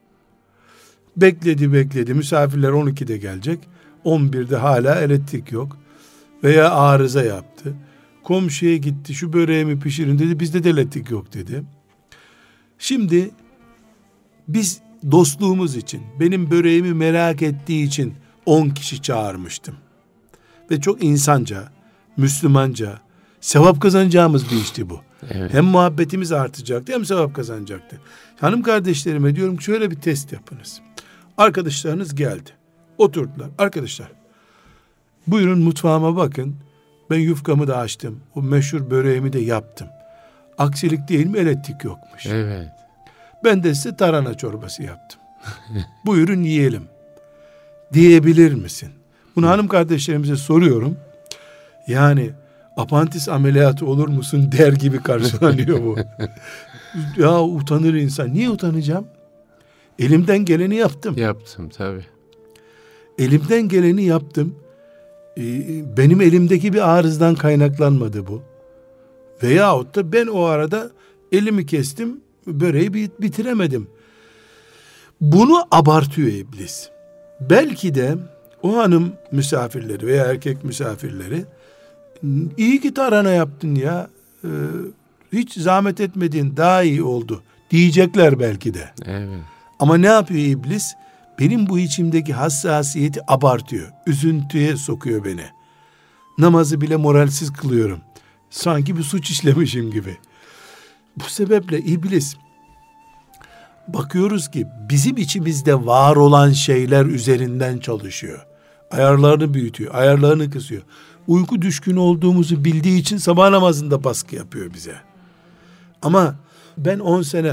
Bekledi misafirler 12'de gelecek. 11'de hala elektrik yok. Veya arıza yaptı. Komşuya gitti, şu böreğimi pişirin dedi, bizde de elektrik yok dedi. Şimdi biz dostluğumuz için, benim böreğimi merak ettiği için 10 kişi çağırmıştım. Ve çok insanca, Müslümanca, sevap kazanacağımız bir işti bu. Evet. Hem muhabbetimiz artacaktı hem sevap kazanacaktı. Hanım kardeşlerime diyorum ki şöyle bir test yapınız. Arkadaşlarınız geldi. Oturdular. Arkadaşlar, buyurun mutfağıma bakın. Ben yufkamı da açtım. O meşhur böreğimi de yaptım. Aksilik değil mi? Elektrik yokmuş. Evet. Ben de size tarhana çorbası yaptım. Buyurun yiyelim. Diyebilir misin? Bunu hanım kardeşlerimize soruyorum. Yani apantis ameliyatı olur musun der gibi karşılanıyor bu. Ya utanır insan. Niye utanacağım? Elimden geleni yaptım. Yaptım tabii. Elimden geleni yaptım. Benim elimdeki bir arızdan kaynaklanmadı bu. Veyahut da ben o arada elimi kestim, böreği bitiremedim. Bunu abartıyor iblis. Belki de o hanım misafirleri veya erkek misafirleri, iyi ki tarhana yaptın ya, hiç zahmet etmedin, daha iyi oldu diyecekler belki de. Evet. Ama ne yapıyor iblis? Benim bu içimdeki hassasiyeti abartıyor. Üzüntüye sokuyor beni. Namazı bile moralsiz kılıyorum. Sanki bir suç işlemişim gibi. Bu sebeple iblis, bakıyoruz ki bizim içimizde var olan şeyler üzerinden çalışıyor. Ayarlarını büyütüyor, ayarlarını kısıyor. Uyku düşkünü olduğumuzu bildiği için sabah namazında baskı yapıyor bize. Ama ben 10 sene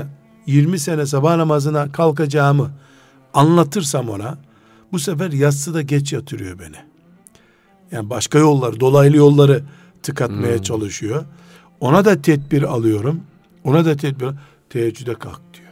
20 sene sabah namazına kalkacağımı anlatırsam ona, bu sefer yatsıda geç yatırıyor beni. Yani başka yolları, dolaylı yolları tıkatmaya çalışıyor. Ona da tedbir alıyorum. Teheccüde kalk diyor.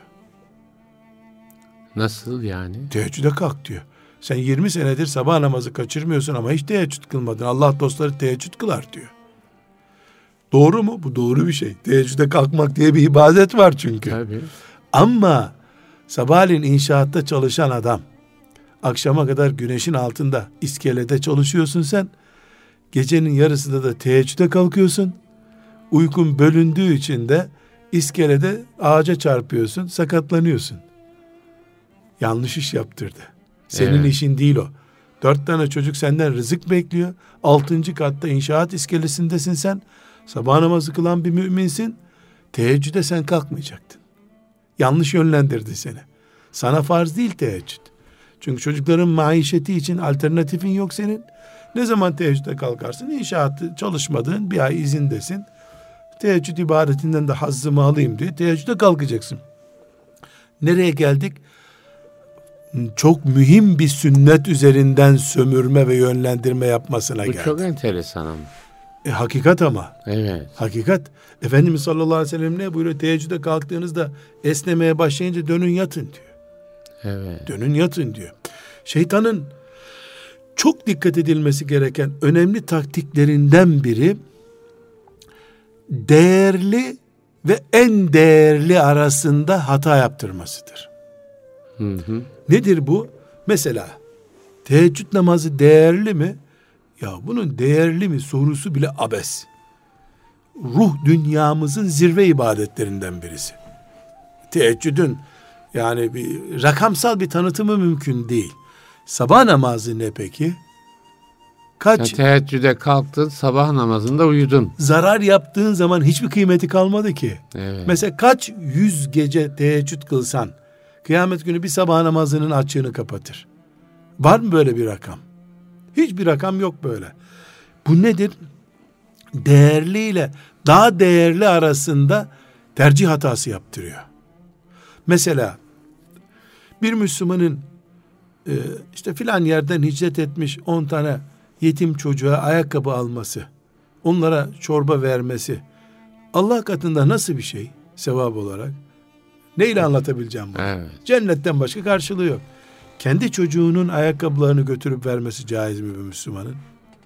Nasıl yani? Teheccüde kalk diyor. Sen 20 senedir sabah namazı kaçırmıyorsun ama hiç teheccüd kılmadın. Allah dostları teheccüd kılar diyor. Doğru mu? Bu doğru bir şey. Teheccüde kalkmak diye bir ibadet var çünkü. Tabii. Ama sabahleyin inşaatta çalışan adam, akşama kadar güneşin altında iskelede çalışıyorsun sen. Gecenin yarısında da teheccüde kalkıyorsun. Uykun bölündüğü için de iskelede ağaca çarpıyorsun, sakatlanıyorsun. Yanlış iş yaptırdı. Senin işin değil o. 4 tane çocuk senden rızık bekliyor. 6. katta inşaat iskelesindesin sen. Sabah namazı kılan bir müminsin. Teheccüde sen kalkmayacaktın. Yanlış yönlendirdi seni. Sana farz değil teheccüd. Çünkü çocukların maişeti için alternatifin yok senin. Ne zaman teheccüde kalkarsın? İnşaatı çalışmadığın bir ay izindesin. Teheccüd ibadetinden de hazzımı alayım diye teheccüde kalkacaksın. Nereye geldik? Çok mühim bir sünnet üzerinden sömürme ve yönlendirme yapmasına geldik. Bu çok enteresan ama. Hakikat ama. Evet. Hakikat. Efendimiz sallallahu aleyhi ve sellem ne buyuruyor? Teheccüde kalktığınızda esnemeye başlayınca dönün yatın diyor. Evet. Dönün yatın diyor. Şeytanın çok dikkat edilmesi gereken önemli taktiklerinden biri, değerli ve en değerli arasında hata yaptırmasıdır. Nedir bu? Mesela teheccüd namazı değerli mi? Ya bunun değerli mi sorusu bile abes. Ruh dünyamızın zirve ibadetlerinden birisi. Teheccüdün yani bir rakamsal bir tanıtımı mümkün değil. Sabah namazı ne peki? Kaç? Teheccüde kalktın, sabah namazında uyudun. Zarar yaptığın zaman hiçbir kıymeti kalmadı ki. Evet. Mesela kaç 100 gece teheccüd kılsan, kıyamet günü bir sabah namazının açığını kapatır. Var mı böyle bir rakam? Hiçbir rakam yok böyle. Bu nedir? Değerli ile daha değerli arasında tercih hatası yaptırıyor. Mesela bir Müslümanın işte filan yerden hicret etmiş 10 tane yetim çocuğa ayakkabı alması, onlara çorba vermesi Allah katında nasıl bir şey sevap olarak? Neyle anlatabileceğim bunu? Evet. Cennetten başka karşılığı yok. Kendi çocuğunun ayakkabılarını götürüp vermesi caiz mi bir Müslümanın?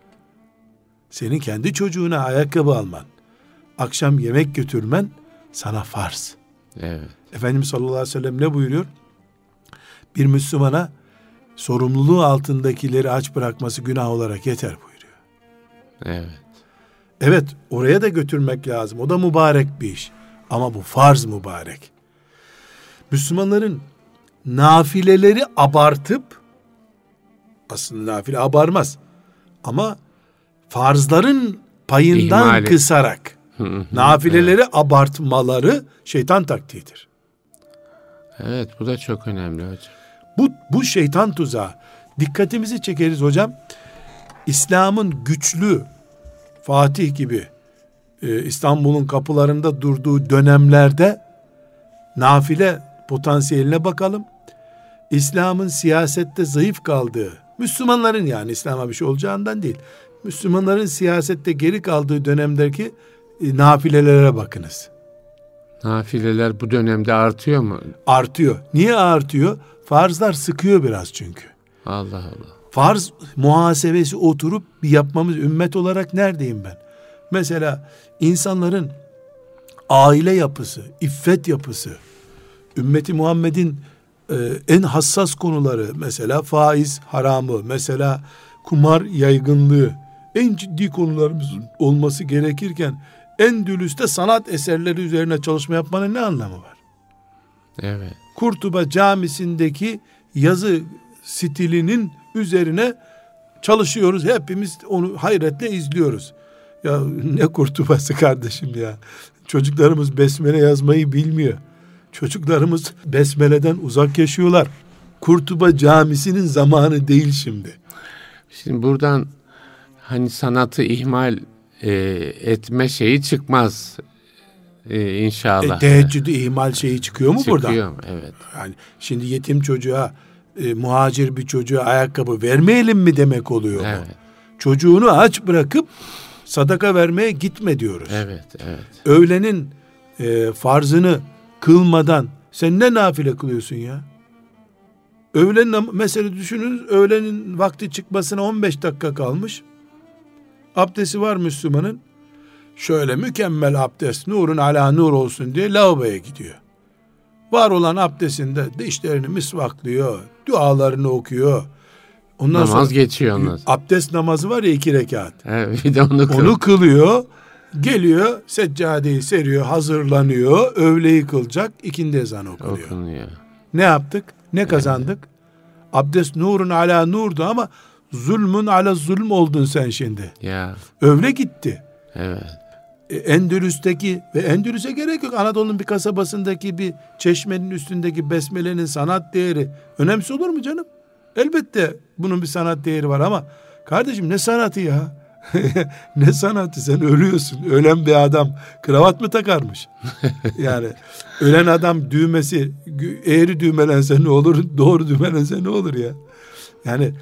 Senin kendi çocuğuna ayakkabı alman, akşam yemek götürmen sana farz. Evet. Efendimiz sallallahu aleyhi ve sellem ne buyuruyor? Bir Müslümana sorumluluğu altındakileri aç bırakması günah olarak yeter buyuruyor. Evet. Evet, oraya da götürmek lazım. O da mübarek bir iş. Ama bu farz mübarek. Müslümanların nafileleri abartıp, aslında nafile abarmaz, ama farzların payından İhmal kısarak nafileleri abartmaları şeytan taktiğidir. Evet, bu da çok önemli hocam. Bu şeytan tuzağı. Dikkatimizi çekeriz hocam. İslam'ın güçlü Fatih gibi İstanbul'un kapılarında durduğu dönemlerde nafile potansiyeline bakalım. İslam'ın siyasette zayıf kaldığı, Müslümanların yani İslam'a bir şey olacağından değil, Müslümanların siyasette geri kaldığı dönemdeki nafilelere bakınız. Nafileler bu dönemde artıyor mu? Artıyor. Niye artıyor? Farzlar sıkıyor biraz çünkü. Allah Allah. Farz muhasebesi oturup bir yapmamız, ümmet olarak neredeyim ben? Mesela insanların aile yapısı, iffet yapısı, ümmeti Muhammed'in en hassas konuları, mesela faiz haramı, mesela kumar yaygınlığı, en ciddi konularımız olması gerekirken Endülüs'te sanat eserleri üzerine çalışma yapmanın ne anlamı var? Evet. Kurtuba Camisi'ndeki yazı stilinin üzerine çalışıyoruz. Hepimiz onu hayretle izliyoruz. Ya ne Kurtubası kardeşim ya. Çocuklarımız besmele yazmayı bilmiyor. Çocuklarımız besmeleden uzak yaşıyorlar. Kurtuba Camisi'nin zamanı değil şimdi. Şimdi buradan hani sanatı ihmal etme şeyi çıkmaz. İnşallah. Teheccüdü ihmal şeyi çıkıyor mu burada? Çıkıyor, evet. Yani şimdi yetim çocuğa, muhacir bir çocuğa ayakkabı vermeyelim mi demek oluyor Evet. bu? Çocuğunu aç bırakıp sadaka vermeye gitme diyoruz. Evet, evet. Öğlenin farzını kılmadan sen ne nafile kılıyorsun ya? Mesela düşünün, öğlenin vakti çıkmasına 15 dakika kalmış. Abdesti var Müslümanın. Şöyle mükemmel abdest, nurun ala nur olsun diye lavaboya gidiyor. Var olan abdestinde dişlerini misvaklıyor, dualarını okuyor. Ondan Namaz sonra geçiyor ondan sonra. abdest namazı var ya 2 rekat. Evet, bir de onu Onu kılıyor. Geliyor, seccadeyi seriyor, hazırlanıyor. Öğleyi kılacak, ikindi ezanı okunuyor. Ne yaptık? Ne kazandık? Abdest nurun ala nurdu ama zulmün ala zulm oldun sen şimdi. Ya. Öğle gitti. Evet. Endülüs'teki ve Endülüs'e gerek yok. Anadolu'nun bir kasabasındaki bir çeşmenin üstündeki besmelenin sanat değeri önemsiz olur mu canım? Elbette bunun bir sanat değeri var ama kardeşim ne sanatı ya? Ne sanatı, sen ölüyorsun. Ölen bir adam kravat mı takarmış? Yani ölen adam düğmesi eğri düğmelense ne olur, doğru düğmelense ne olur ya? Yani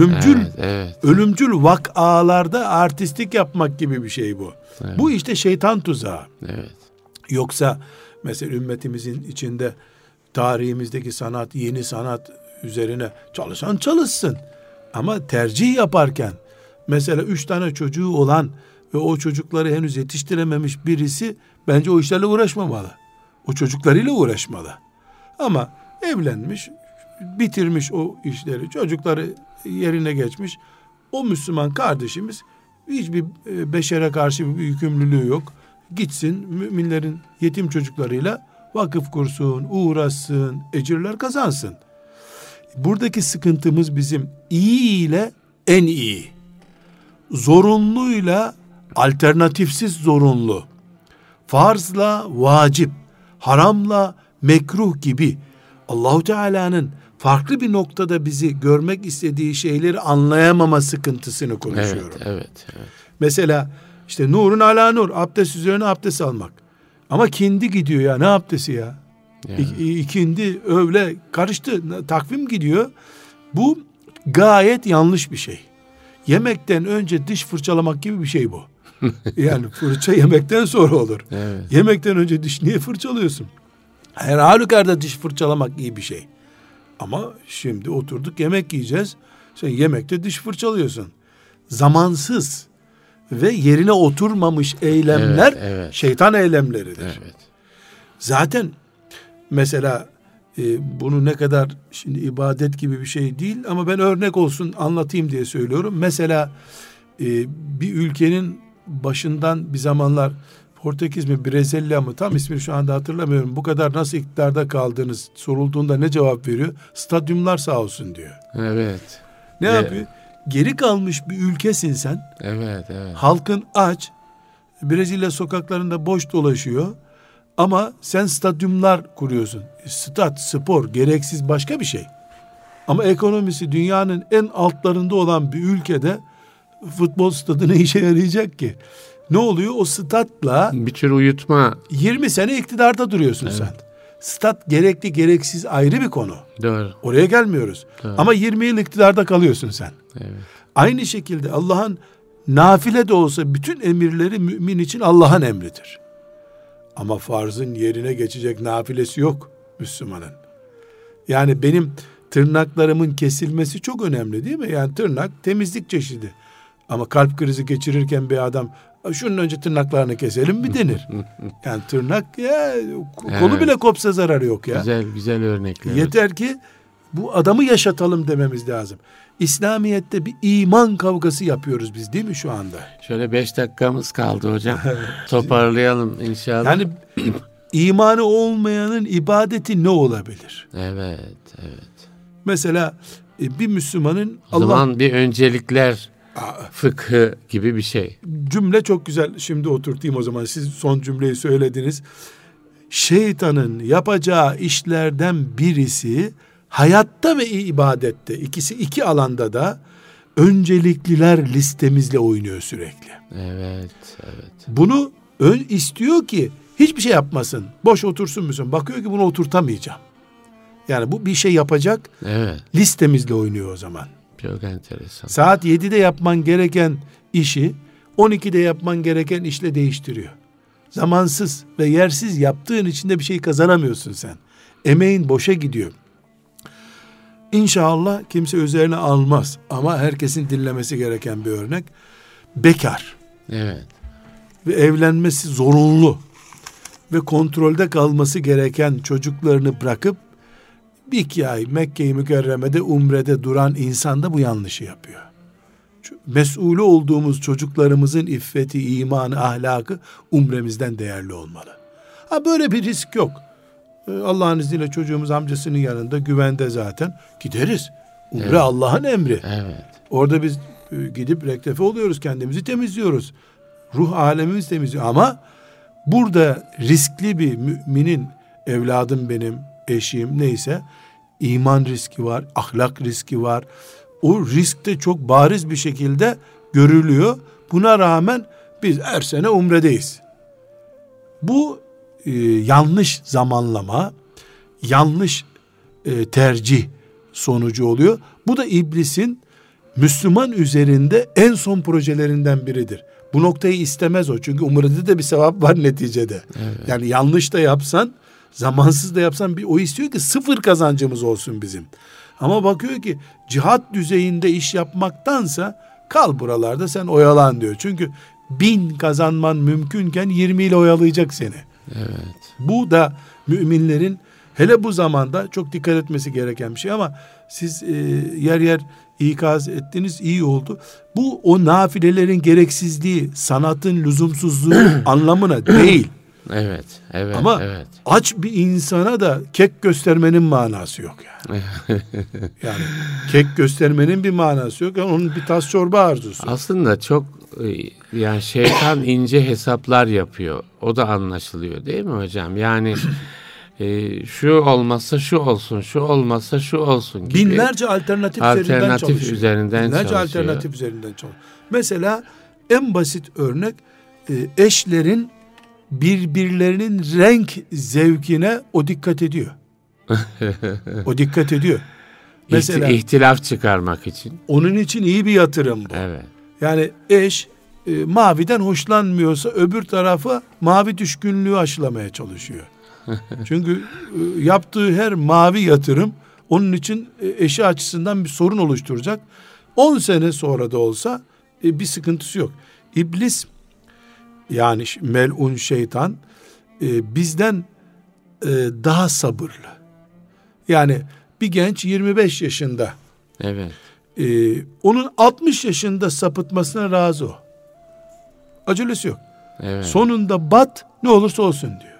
ölümcül vakalarda artistik yapmak gibi bir şey bu. Evet. Bu işte şeytan tuzağı. Evet. Yoksa mesela ümmetimizin içinde tarihimizdeki sanat, yeni sanat üzerine çalışan çalışsın. Ama tercih yaparken mesela 3 tane çocuğu olan ve o çocukları henüz yetiştirememiş birisi bence o işlerle uğraşmamalı. O çocuklarıyla uğraşmalı. Ama evlenmiş, bitirmiş o işleri, çocukları yerine geçmiş. O Müslüman kardeşimiz hiçbir beşere karşı bir yükümlülüğü yok. Gitsin müminlerin yetim çocuklarıyla vakıf kursun, uğraşsın, ecirler kazansın. Buradaki sıkıntımız bizim iyi ile en iyi, zorunluyla alternatifsiz zorunlu, farzla vacip, haramla mekruh gibi Allahu Teala'nın farklı bir noktada bizi görmek istediği şeyleri anlayamama sıkıntısını konuşuyorum. Evet. Mesela işte nurun ala nur, abdest üzerine abdest almak. Ama kindi gidiyor ya, ne abdesti ya? İkindi, öğle karıştı, takvim gidiyor. Bu gayet yanlış bir şey. Yemekten önce diş fırçalamak gibi bir şey bu. Yani fırça yemekten sonra olur. Evet. Yemekten önce diş niye fırçalıyorsun? Her halükarda diş fırçalamak iyi bir şey. Ama şimdi oturduk yemek yiyeceğiz. Sen yemekte diş fırçalıyorsun. Zamansız ve yerine oturmamış eylemler şeytan eylemleridir. Evet. Zaten mesela bunu ne kadar şimdi ibadet gibi bir şey değil ama ben örnek olsun anlatayım diye söylüyorum. Mesela bir ülkenin başından bir zamanlar Portekiz mi Brezilya mı tam ismini şu anda hatırlamıyorum. Bu kadar nasıl iktidarda kaldınız sorulduğunda ne cevap veriyor? Stadyumlar sağ olsun diyor. Evet. Ne yapıyor? Geri kalmış bir ülkesin sen. Evet. Halkın aç. Brezilya sokaklarında boş dolaşıyor. Ama sen stadyumlar kuruyorsun. Stat, spor, gereksiz başka bir şey. Ama ekonomisi dünyanın en altlarında olan bir ülkede futbol stadı ne işe yarayacak ki? Ne oluyor? O statla bir tür uyutma. 20 sene iktidarda duruyorsun sen. Stat gerekli gereksiz ayrı bir konu. Doğru. Oraya gelmiyoruz. Doğru. Ama 20 yıl iktidarda kalıyorsun sen. Evet. Aynı şekilde Allah'ın nafile de olsa bütün emirleri mümin için Allah'ın emridir. Ama farzın yerine geçecek nafilesi yok Müslümanın. Yani benim tırnaklarımın kesilmesi çok önemli değil mi? Yani tırnak temizlik çeşidi. Ama kalp krizi geçirirken bir adam şunun önce tırnaklarını keselim mi denir? Yani tırnak ya kolu bile kopsa zararı yok ya. Güzel örnekler. Yeter ki bu adamı yaşatalım dememiz lazım. İslamiyet'te bir iman kavgası yapıyoruz biz değil mi şu anda? Şöyle 5 dakikamız kaldı hocam. Toparlayalım inşallah. Yani imanı olmayanın ibadeti ne olabilir? Evet. Mesela bir Müslümanın o zaman bir öncelikler fıkhı gibi bir şey. Cümle çok güzel. Şimdi oturtayım o zaman. Siz son cümleyi söylediniz. Şeytanın yapacağı işlerden birisi hayatta ve ibadette, iki alanda da öncelikliler listemizle oynuyor sürekli. Evet. Bunu istiyor ki hiçbir şey yapmasın. Boş otursun musun? Bakıyor ki bunu oturtamayacağım. Yani bu bir şey yapacak. Evet. Listemizle oynuyor o zaman. Çok enteresan. Saat 7'de yapman gereken işi 12'de yapman gereken işle değiştiriyor. Zamansız ve yersiz yaptığın için de bir şey kazanamıyorsun sen. Emeğin boşa gidiyor. İnşallah kimse üzerine almaz ama herkesin dinlemesi gereken bir örnek. Bekar. Evet. Ve evlenmesi zorunlu ve kontrolde kalması gereken çocuklarını bırakıp bir iki ay Mekke-i Mükerreme'de umrede duran insan da bu yanlışı yapıyor. Mesulü olduğumuz çocuklarımızın iffeti, imanı, ahlakı umremizden değerli olmalı. Ha, böyle bir risk yok. Allah'ın izniyle çocuğumuz amcasının yanında güvende zaten. Gideriz. Umre evet. Allah'ın emri. Evet. Orada biz gidip rektefe oluyoruz, kendimizi temizliyoruz. Ruh alemimiz temizliyor. Ama burada riskli bir müminin, evladım benim, eşim neyse, iman riski var, ahlak riski var. O risk de çok bariz bir şekilde görülüyor. Buna rağmen biz her sene umredeyiz. Bu yanlış zamanlama, yanlış tercih sonucu oluyor. Bu da iblisin Müslüman üzerinde en son projelerinden biridir. Bu noktayı istemez o. Çünkü umrede de bir sevap var neticede. Evet. Yani yanlış da yapsan, zamansız da yapsan o istiyor ki sıfır kazancımız olsun bizim. Ama bakıyor ki cihat düzeyinde iş yapmaktansa kal buralarda sen oyalan diyor. Çünkü 1000 kazanman mümkünken 20 ile oyalayacak seni. Evet. Bu da müminlerin hele bu zamanda çok dikkat etmesi gereken bir şey ama siz yer yer ikaz ettiniz, iyi oldu. Bu o nafilelerin gereksizliği, sanatın lüzumsuzluğu anlamına değil. Evet, evet. Ama evet. aç bir insana da kek göstermenin manası yok yani. Yani kek göstermenin bir manası yok. Yani onun bir tas çorba arzusu. Aslında çok yani şeytan ince hesaplar yapıyor. O da anlaşılıyor değil mi hocam? Yani şu olmazsa şu olsun, şu olmazsa şu olsun gibi. Binlerce alternatif üzerinden çalışıyor. Mesela en basit örnek eşlerin birbirlerinin renk zevkine o dikkat ediyor. O dikkat ediyor. Mesela ihtilaf çıkarmak için. Onun için iyi bir yatırım bu. Evet. Yani eş maviden hoşlanmıyorsa öbür tarafa mavi düşkünlüğü aşılamaya çalışıyor. Çünkü yaptığı her mavi yatırım onun için eşi açısından bir sorun oluşturacak. 10 sene sonra da olsa bir sıkıntısı yok. İblis, yani melun şeytan bizden daha sabırlı. Yani bir genç 25 yaşında. Evet. Onun 60 yaşında sapıtmasına razı o. Acelesi yok. Evet. Sonunda bat, ne olursa olsun diyor.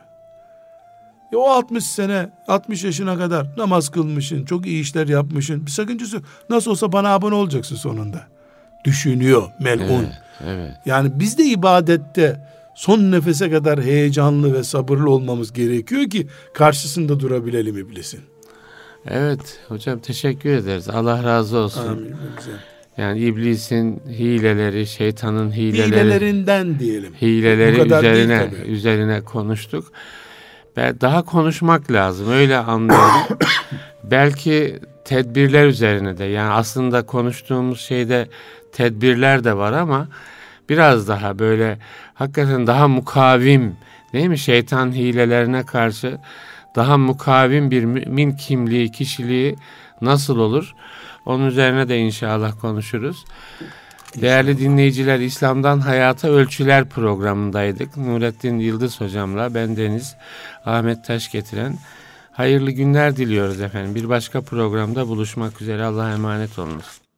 O 60 yaşına kadar namaz kılmışsın, çok iyi işler yapmışsın, bir sakıncası yok. Nasıl olsa bana abone olacaksın sonunda. Düşünüyor melun. Evet, evet. Yani biz de ibadette son nefese kadar heyecanlı ve sabırlı olmamız gerekiyor ki karşısında durabilelim iblisin. Evet hocam, teşekkür ederiz. Allah razı olsun. Amin. Yani iblisin hileleri, şeytanın hilelerinden diyelim. Hileleri üzerine konuştuk. Daha konuşmak lazım. Öyle anlıyorum. Belki tedbirler üzerine de, yani aslında konuştuğumuz şeyde tedbirler de var ama biraz daha böyle hakikaten daha mukavim, değil mi? Şeytan hilelerine karşı daha mukavim bir mümin kimliği, kişiliği nasıl olur? Onun üzerine de inşallah konuşuruz. Değerli dinleyiciler, İslam'dan Hayata Ölçüler programındaydık. Nurettin Yıldız hocamla ben Deniz Ahmet Taş getiren hayırlı günler diliyoruz efendim. Bir başka programda buluşmak üzere. Allah'a emanet olunuz.